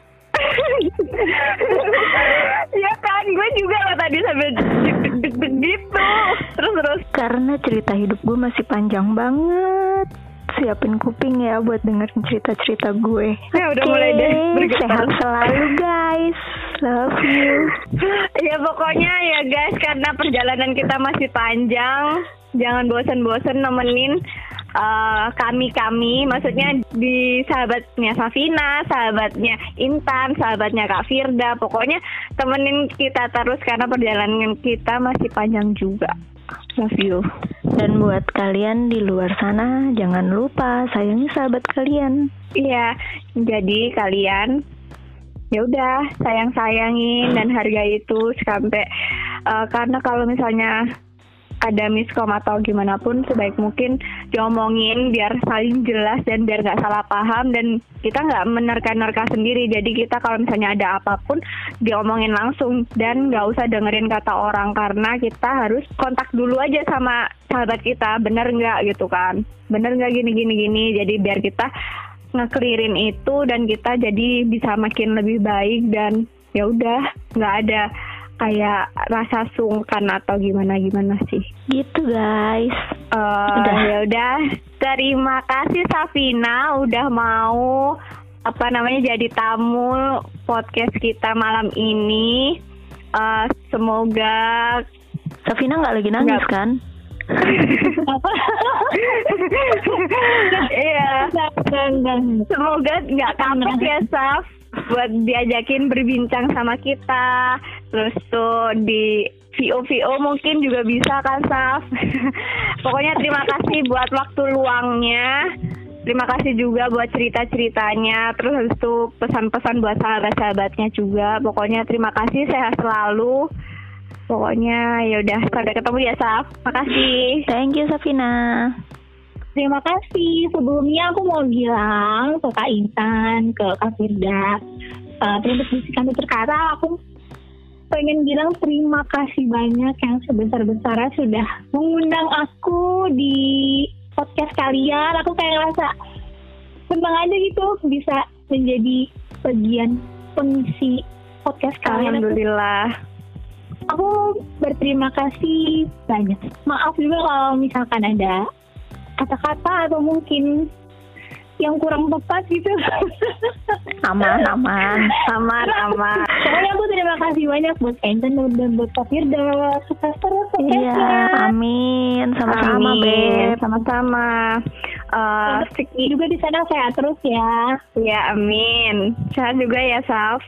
Ya kan, gue juga lah tadi sambil deg-deg gitu. Terus-terus Karena cerita hidup gue masih panjang banget. Siapin kuping ya buat dengerin cerita-cerita gue. Ya udah mulai deh bergetar. Sehat selalu guys. Love you. Ya pokoknya ya guys, karena perjalanan kita masih panjang, jangan bosan-bosan nemenin uh, kami-kami, maksudnya di sahabatnya Safina, sahabatnya Intan, sahabatnya Kak Firda. Pokoknya temenin kita terus karena perjalanan kita masih panjang juga. Love you. Dan buat kalian di luar sana, jangan lupa sayangi sahabat kalian. Iya, jadi kalian ya udah sayang-sayangin dan hargai itu sampai uh, karena kalau misalnya ada miskom atau gimana pun, sebaik mungkin diomongin biar saling jelas dan biar nggak salah paham dan kita nggak menerka-nerka sendiri. Jadi kita kalau misalnya ada apapun diomongin langsung dan nggak usah dengerin kata orang, karena kita harus kontak dulu aja sama sahabat kita, bener nggak gitu kan, bener nggak gini-gini-gini. Jadi biar kita ngeklirin itu dan kita jadi bisa makin lebih baik dan ya udah nggak ada kayak rasa sungkan atau gimana gimana sih gitu guys. Uh, udah ya udah, terima kasih Safina udah mau apa namanya jadi tamu podcast kita malam ini. Uh, semoga Safina nggak lagi nangis gak... kan? Iya, semoga nggak kapok ya Saf buat diajakin berbincang sama kita. Terus tuh di V O V O mungkin juga bisa kan Saf. Pokoknya terima kasih buat waktu luangnya. Terima kasih juga buat cerita-ceritanya. Terus habis itu pesan-pesan buat sahabat-sahabatnya juga. Pokoknya terima kasih, sehat selalu. Pokoknya ya udah, sampai ketemu ya Saf. Makasih. Thank you Safina. Terima kasih. Sebelumnya aku mau bilang ke Kak Intan, ke Kak Firda, uh, terus bisikan tutur kata, aku pengen bilang terima kasih banyak yang sebesar-besarnya sudah mengundang aku di podcast kalian. Aku kayak ngerasa senang aja gitu bisa menjadi bagian pengisi podcast kalian. Alhamdulillah. Aku berterima kasih banyak. Maaf juga kalau misalkan ada kata-kata atau mungkin yang kurang tepat gitu. Aman, aman, aman, aman. Pokoknya aku terima kasih banyak buat Enten dan buat Kak Firda. Sukses terus. Iya, amin. Sama-sama, Beb. Sama-sama. Uh, juga di sana sehat terus ya. Ya, amin. Sehat juga ya, Saf.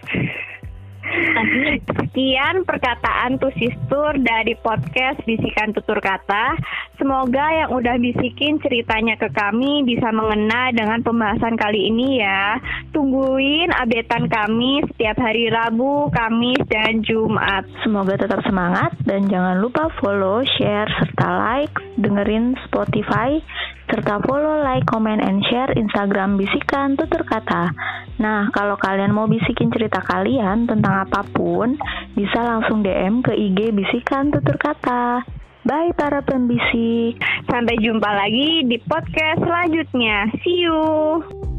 Sekian perkataan Tusistur dari podcast Bisikan Tutur Kata. Semoga yang udah bisikin ceritanya ke kami bisa mengena dengan pembahasan kali ini ya. Tungguin updatean kami setiap hari Rabu, Kamis, dan Jumat. Semoga tetap semangat dan jangan lupa follow, share, serta like, dengerin Spotify, serta follow, like, comment, and share Instagram Bisikan Tutur Kata. Nah, kalau kalian mau bisikin cerita kalian tentang apapun, bisa langsung D M ke I G Bisikan Tutur Kata. Bye para pembisik. Sampai jumpa lagi di podcast selanjutnya. See you.